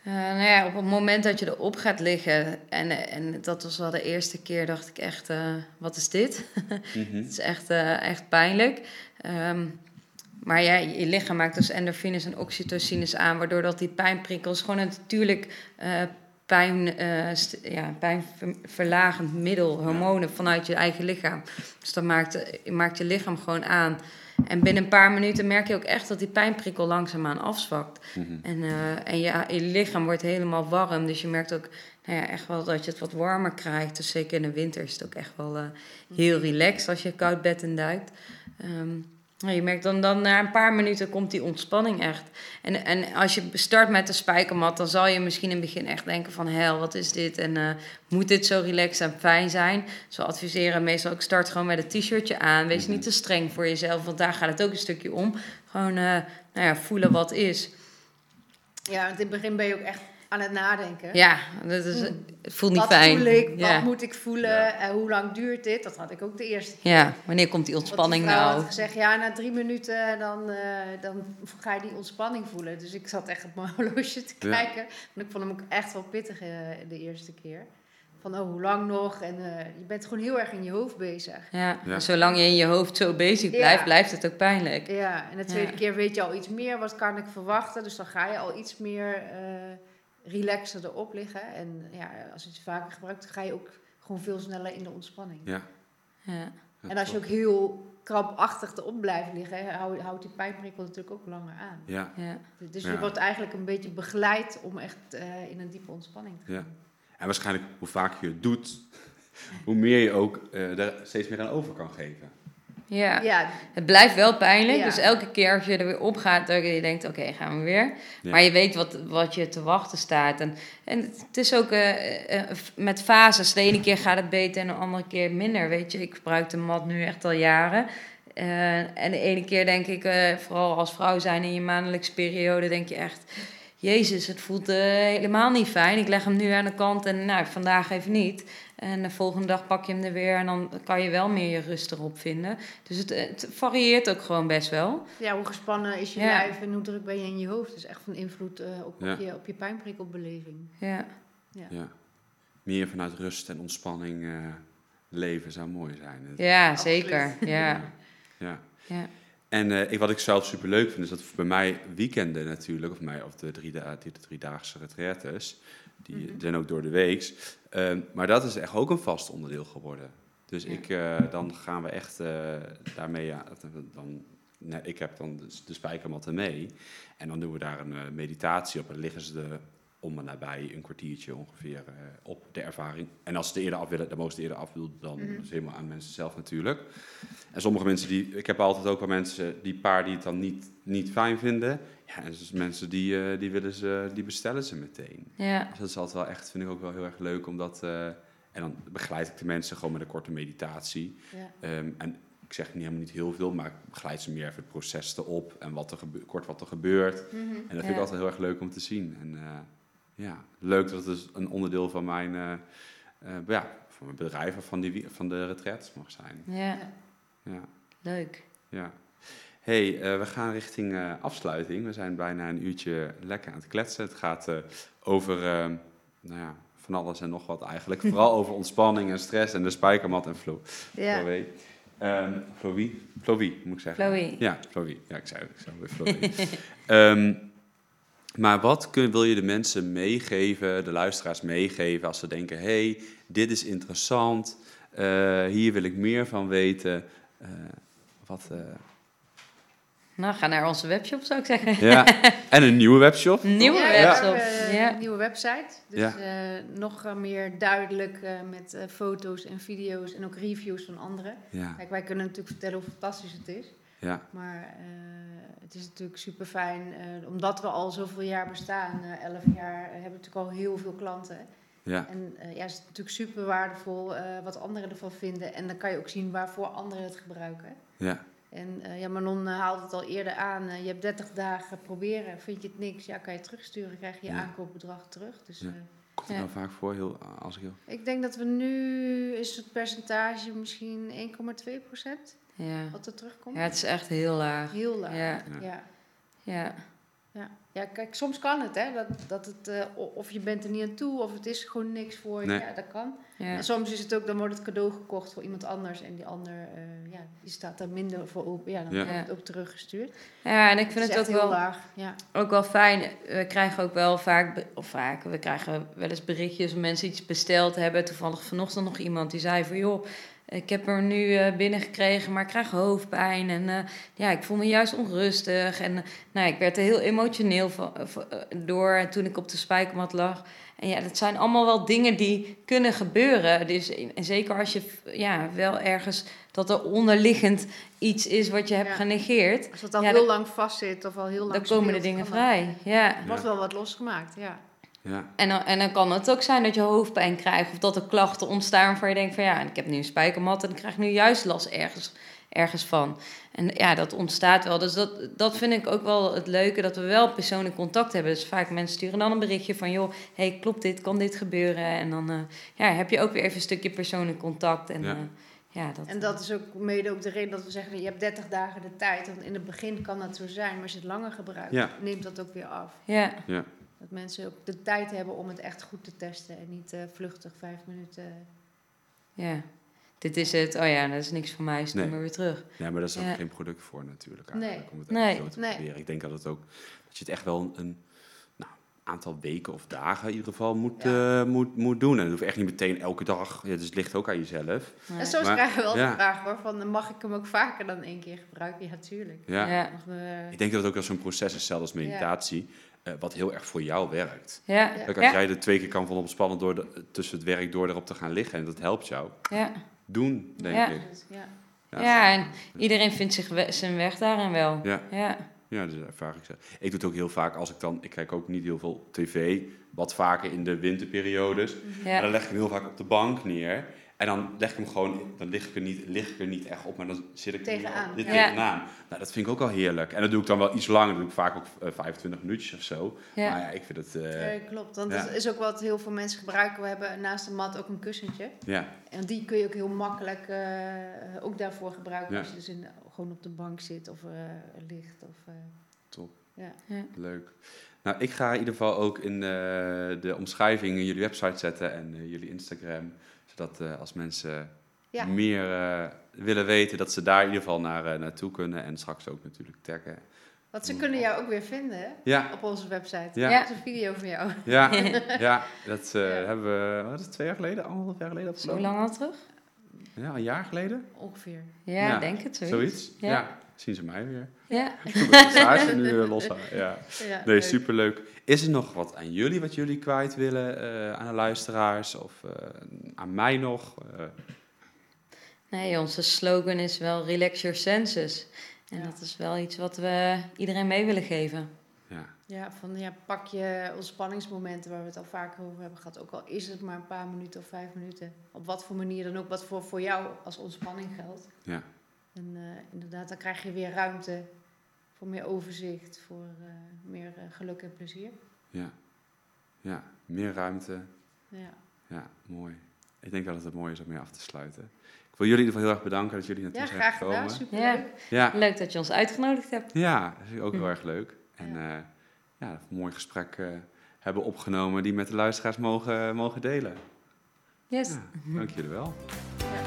Uh, nou ja, op het moment dat je erop gaat liggen, en, en dat was wel de eerste keer, dacht ik echt, uh, wat is dit? Mm-hmm. Het is echt, uh, echt pijnlijk. Um, maar ja, je lichaam maakt dus endorfines en oxytocines aan, waardoor dat die pijnprikkels gewoon een natuurlijk uh, pijn, uh, st- ja, pijnverlagend middel, hormonen vanuit je eigen lichaam. Dus dat maakt, maakt je lichaam gewoon aan. En binnen een paar minuten merk je ook echt dat die pijnprikkel langzaamaan afzwakt. Mm-hmm. En, uh, en je, je lichaam wordt helemaal warm. Dus je merkt ook nou ja, echt wel dat je het wat warmer krijgt. Dus zeker in de winter is het ook echt wel uh, heel relaxed als je koud bed induikt. Um, nou, je merkt dan, dan na een paar minuten komt die ontspanning echt. En, en als je start met de spijkermat, dan zal je misschien in het begin echt denken van... hel, wat is dit? En uh, moet dit zo relaxed en fijn zijn? Dus we adviseren meestal ook start gewoon met een t-shirtje aan. Wees niet te streng voor jezelf, want daar gaat het ook een stukje om. Gewoon uh, nou ja, voelen wat is. Ja, want in het begin ben je ook echt aan het nadenken. Ja, dat is, het voelt niet wat fijn. Voel ik, ja. Wat moet ik voelen? Ja. Uh, hoe lang duurt dit? Dat had ik ook de eerste keer. Ja, wanneer komt die ontspanning Want die vrouw nou? had gezegd, ja, na drie minuten dan, uh, dan ga je die ontspanning voelen. Dus ik zat echt op mijn horloge te ja. kijken. Want ik vond hem ook echt wel pittig uh, de eerste keer. Van, oh, hoe lang nog? En uh, je bent gewoon heel erg in je hoofd bezig. Ja, ja. Zolang je in je hoofd zo bezig blijft, ja. blijft het ook pijnlijk. Ja, en de tweede ja. keer weet je al iets meer. Wat kan ik verwachten? Dus dan ga je al iets meer... Uh, relaxer erop liggen. En ja, als je het vaker gebruikt, dan ga je ook gewoon veel sneller in de ontspanning. Ja. ja. En als je ook heel krampachtig erop blijft liggen, houdt houd die pijnprikkel natuurlijk ook langer aan. Ja. Ja. Dus je ja. wordt eigenlijk een beetje begeleid om echt uh, in een diepe ontspanning te gaan. Ja. En waarschijnlijk hoe vaker je het doet, hoe meer je ook uh, er steeds meer aan over kan geven. Ja. ja, het blijft wel pijnlijk. Ja. Dus elke keer als je er weer op gaat, dat je denkt, oké, okay, gaan we weer. Ja. Maar je weet wat, wat je te wachten staat. En, en het is ook uh, uh, met fases. De ene keer gaat het beter en de andere keer minder. Weet je, ik gebruik de mat nu echt al jaren. Uh, en de ene keer denk ik, uh, vooral als vrouw zijn in je maandelijkse periode, denk je echt... Jezus, het voelt uh, helemaal niet fijn. Ik leg hem nu aan de kant en nou, vandaag even niet. En de volgende dag pak je hem er weer en dan kan je wel meer je rust erop vinden. Dus het, het varieert ook gewoon best wel. Ja, hoe gespannen is je ja. lijf en hoe druk ben je in je hoofd. Dat is echt van invloed uh, op, ja. op, je, op je pijnprikkelbeleving. Ja. Ja. ja. Meer vanuit rust en ontspanning uh, leven zou mooi zijn. Ja, zeker. Ja. Ja. Ja. Ja. En uh, ik, wat ik zelf super leuk vind, is dat bij mij weekenden natuurlijk, of, mij, of de, drie da- de driedaagse retraites, die mm-hmm. zijn ook door de weeks. Uh, maar dat is echt ook een vast onderdeel geworden. Dus ja. ik, uh, dan gaan we echt uh, daarmee, ja, dan, nee, ik heb dan de, de spijkermatten mee. En dan doen we daar een uh, meditatie op en liggen ze de, om en nabij een kwartiertje ongeveer uh, op de ervaring. En als ze het eerder af willen, dan mogen ze het eerder af willen, dan mm-hmm. is helemaal aan mensen zelf natuurlijk. En sommige mensen die, ik heb altijd ook wel mensen, die paar die het dan niet, niet fijn vinden. Ja, en dus mensen die, uh, die willen ze, die bestellen ze meteen. Ja. Dus dat is altijd wel echt, vind ik ook wel heel erg leuk, omdat, uh, en dan begeleid ik de mensen gewoon met een korte meditatie. Ja. Um, en ik zeg niet helemaal niet heel veel, maar ik begeleid ze meer even het proces erop en wat er gebe- kort wat er gebeurt. Mm-hmm. En dat vind ja. ik altijd heel erg leuk om te zien. En uh, ja, leuk dat het dus een onderdeel van mijn, uh, uh, ja, van mijn bedrijf of van, die, van de retraites mag zijn. Ja. Ja. Leuk. Ja. Hey, uh, we gaan richting uh, afsluiting. We zijn bijna een uurtje lekker aan het kletsen. Het gaat uh, over uh, nou ja, van alles en nog wat eigenlijk. Vooral over ontspanning en stress en de spijkermat en Flo. Ja. Chloe. Um, Chloe? Chloe, moet ik zeggen. Chloe. Ja, Chloe. Ja, ik zei het. Ik zei weer Chloe. um, maar wat kun, wil je de mensen meegeven, de luisteraars meegeven, als ze denken, hey, dit is interessant, uh, hier wil ik meer van weten. Uh, wat... Uh, Nou, ga naar onze webshop, zou ik zeggen. Ja, en een nieuwe webshop. Een nieuwe ja, webshop. Uh, ja. Een nieuwe website. Dus ja. uh, nog uh, meer duidelijk uh, met uh, foto's en video's en ook reviews van anderen. Ja. Kijk, wij kunnen natuurlijk vertellen hoe fantastisch het is. Ja. Maar uh, het is natuurlijk super fijn, uh, omdat we al zoveel jaar bestaan, uh, elf jaar, uh, hebben we natuurlijk al heel veel klanten. Ja. En uh, ja, het is natuurlijk super waardevol uh, wat anderen ervan vinden. En dan kan je ook zien waarvoor anderen het gebruiken. Ja. En uh, ja, Manon uh, haalde het al eerder aan. Uh, je hebt dertig dagen proberen. Vind je het niks? Ja, kan je terugsturen. Krijg je je ja. aankoopbedrag terug. Dus, ja. uh, Komt het ja. nou vaak voor? Heel, als ik, heel... ik denk dat we nu is het percentage misschien één komma twee procent ja. wat er terugkomt. Ja, het is echt heel laag. Heel laag, ja. ja. ja. ja. Ja. ja, kijk, soms kan het, hè. Dat, dat het, uh, of je bent er niet aan toe, of het is gewoon niks voor je. Nee. Ja, dat kan. Ja. En soms is het ook, dan wordt het cadeau gekocht voor iemand anders. En die ander, uh, ja, die staat daar minder voor open. Ja, dan ja. wordt het ook teruggestuurd. Ja, en ik vind het, het ook wel, laag. Ja. ook wel fijn. We krijgen ook wel vaak, of vaak, we krijgen wel eens berichtjes of mensen iets besteld hebben. Toevallig vanochtend nog iemand die zei van, joh, ik heb er nu uh, binnengekregen, maar ik krijg hoofdpijn. En uh, ja, ik voel me juist onrustig. En uh, nou, ik werd er heel emotioneel van, uh, door toen ik op de spijkermat lag. En ja, dat zijn allemaal wel dingen die kunnen gebeuren. Dus, en zeker als je ja, wel ergens, dat er onderliggend iets is wat je hebt ja. genegeerd. Als het al ja, heel lang vastzit of al heel lang dan speelt, komen de dingen vrij. Ja. Er wordt wel wat losgemaakt, ja. Ja. En, dan, en dan kan het ook zijn dat je hoofdpijn krijgt of dat er klachten ontstaan waarvan je denkt van ja, ik heb nu een spijkermat en ik krijg nu juist last ergens, ergens van. En ja, dat ontstaat wel. Dus dat, dat vind ik ook wel het leuke, dat we wel persoonlijk contact hebben. Dus vaak mensen sturen dan een berichtje van joh, hey, klopt dit, kan dit gebeuren? En dan uh, ja, heb je ook weer even een stukje persoonlijk contact. En, ja. Uh, ja, dat, en dat is ook mede ook de reden dat we zeggen, je hebt dertig dagen de tijd. Want in het begin kan dat zo zijn, maar als je het langer gebruikt, ja. neemt dat ook weer af. Ja. Ja. Dat mensen ook de tijd hebben om het echt goed te testen en niet uh, vluchtig vijf minuten. Ja, dit is het. Oh ja, dat is niks voor mij, stuur nee. maar weer terug. Ja, maar daar is ja. ook geen product voor natuurlijk. Nee. Om het nee. zo te nee. proberen. Ik denk dat het ook, dat je het echt wel een nou, aantal weken of dagen in ieder geval moet, ja. uh, moet, moet doen. En dat hoeft echt niet meteen elke dag. Ja, dus het ligt ook aan jezelf. Nee. En soms maar, krijgen we wel ja. de vraag hoor, van mag ik hem ook vaker dan één keer gebruiken? Ja, tuurlijk. Ja. Ja. We... Ik denk dat het ook als zo'n proces is, zelfs als meditatie. Ja. Uh, wat heel erg voor jou werkt. Ja. Kijk, als ja. jij er twee keer kan van ontspannen door de, tussen het werk door erop te gaan liggen en dat helpt jou. Ja. Doen, denk ja. ik. Ja, ja, ja en iedereen vindt zich we- zijn weg daarin wel. Ja. Ja. Ja, dus ervaar ik ze. Ik doe het ook heel vaak als ik dan... Ik kijk ook niet heel veel tv, wat vaker in de winterperiodes. Ja. Maar dan leg ik hem heel vaak op de bank neer. En dan leg ik hem gewoon... Dan lig ik er niet, lig ik er niet echt op, maar dan zit ik tegenaan. er dit ja. tegenaan. Nou, dat vind ik ook al heerlijk. En dat doe ik dan wel iets langer. Dat doe ik vaak ook uh, vijfentwintig minuutjes of zo. Ja. Maar ja, ik vind het... Uh, ja, klopt. Want ja. dat is ook wat heel veel mensen gebruiken. We hebben naast de mat ook een kussentje. Ja. En die kun je ook heel makkelijk uh, ook daarvoor gebruiken. Ja. Als je dus in, gewoon op de bank zit of uh, ligt. Of, uh, Top. Ja. Ja. Leuk. Nou, ik ga in ieder geval ook in uh, de omschrijving jullie website zetten en uh, jullie Instagram. Zodat uh, als mensen ja. meer uh, willen weten, dat ze daar in ieder geval naar, uh, naartoe kunnen. En straks ook natuurlijk taggen. Want ze kunnen jou ook weer vinden, hè? Ja. Op onze website. Ja. Ja. Dat is een video van jou. Ja, ja dat uh, ja. hebben we, wat is het, twee jaar geleden? Anderhalf jaar geleden? Of zo? Hoe lang al terug? Ja, een jaar geleden? Ongeveer. Ja, ja. denk het, zoiets. Zoiets, ja. ja. Zien ze mij weer. Ja. Stage nu uh, los aan. Ja. Ja, nee, superleuk. Is er nog wat aan jullie, wat jullie kwijt willen, uh, aan de luisteraars of uh, aan mij nog? Uh. Nee, onze slogan is wel relax your senses. En ja. dat is wel iets wat we iedereen mee willen geven. Ja, ja, van ja, pak je ontspanningsmomenten waar we het al vaker over hebben gehad. Ook al is het maar een paar minuten of vijf minuten. Op wat voor manier dan ook, wat voor, voor jou als ontspanning geldt. Ja. En uh, inderdaad, dan krijg je weer ruimte voor meer overzicht, voor uh, meer uh, geluk en plezier. Ja. Ja, meer ruimte. Ja. Ja, mooi. Ik denk dat het het mooi is om mee af te sluiten. Ik wil jullie in ieder geval heel erg bedanken dat jullie naartoe ja, zijn graag gekomen. Gedaan, superleuk. Ja. ja, leuk dat je ons uitgenodigd hebt. Ja, dat is ook heel erg leuk. En ja, uh, ja een mooi gesprek uh, hebben opgenomen die met de luisteraars mogen, mogen delen. Yes. Ja, dank jullie wel. Ja.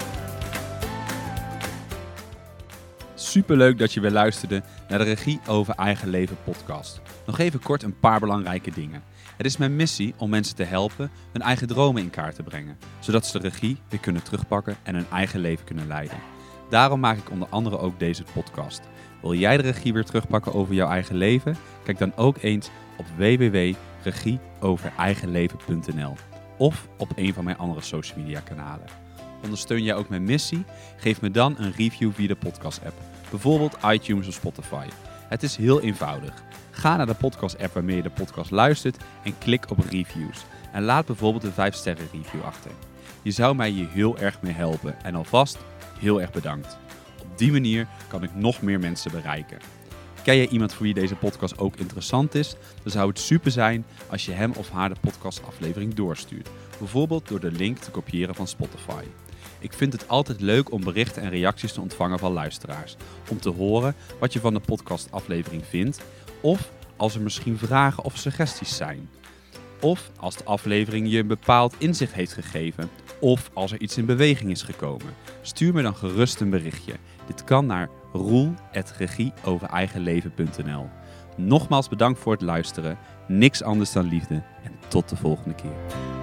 Superleuk dat je weer luisterde naar de Regie over Eigen Leven podcast. Nog even kort een paar belangrijke dingen. Het is mijn missie om mensen te helpen hun eigen dromen in kaart te brengen, zodat ze de regie weer kunnen terugpakken en hun eigen leven kunnen leiden. Daarom maak ik onder andere ook deze podcast. Wil jij de regie weer terugpakken over jouw eigen leven? Kijk dan ook eens op w w w punt regie over eigen leven punt n l of op een van mijn andere social media kanalen. Ondersteun jij ook mijn missie? Geef me dan een review via de podcast app, bijvoorbeeld iTunes of Spotify. Het is heel eenvoudig. Ga naar de podcast-app waarmee je de podcast luistert en klik op reviews. En laat bijvoorbeeld een vijf sterren review achter. Je zou mij hier heel erg mee helpen en alvast heel erg bedankt. Op die manier kan ik nog meer mensen bereiken. Ken jij iemand voor wie deze podcast ook interessant is? Dan zou het super zijn als je hem of haar de podcastaflevering doorstuurt. Bijvoorbeeld door de link te kopiëren van Spotify. Ik vind het altijd leuk om berichten en reacties te ontvangen van luisteraars. Om te horen wat je van de podcastaflevering vindt. Of als er misschien vragen of suggesties zijn. Of als de aflevering je een bepaald inzicht heeft gegeven. Of als er iets in beweging is gekomen. Stuur me dan gerust een berichtje. Dit kan naar roel at regie over eigen leven punt n l. Nogmaals bedankt voor het luisteren. Niks anders dan liefde. En tot de volgende keer.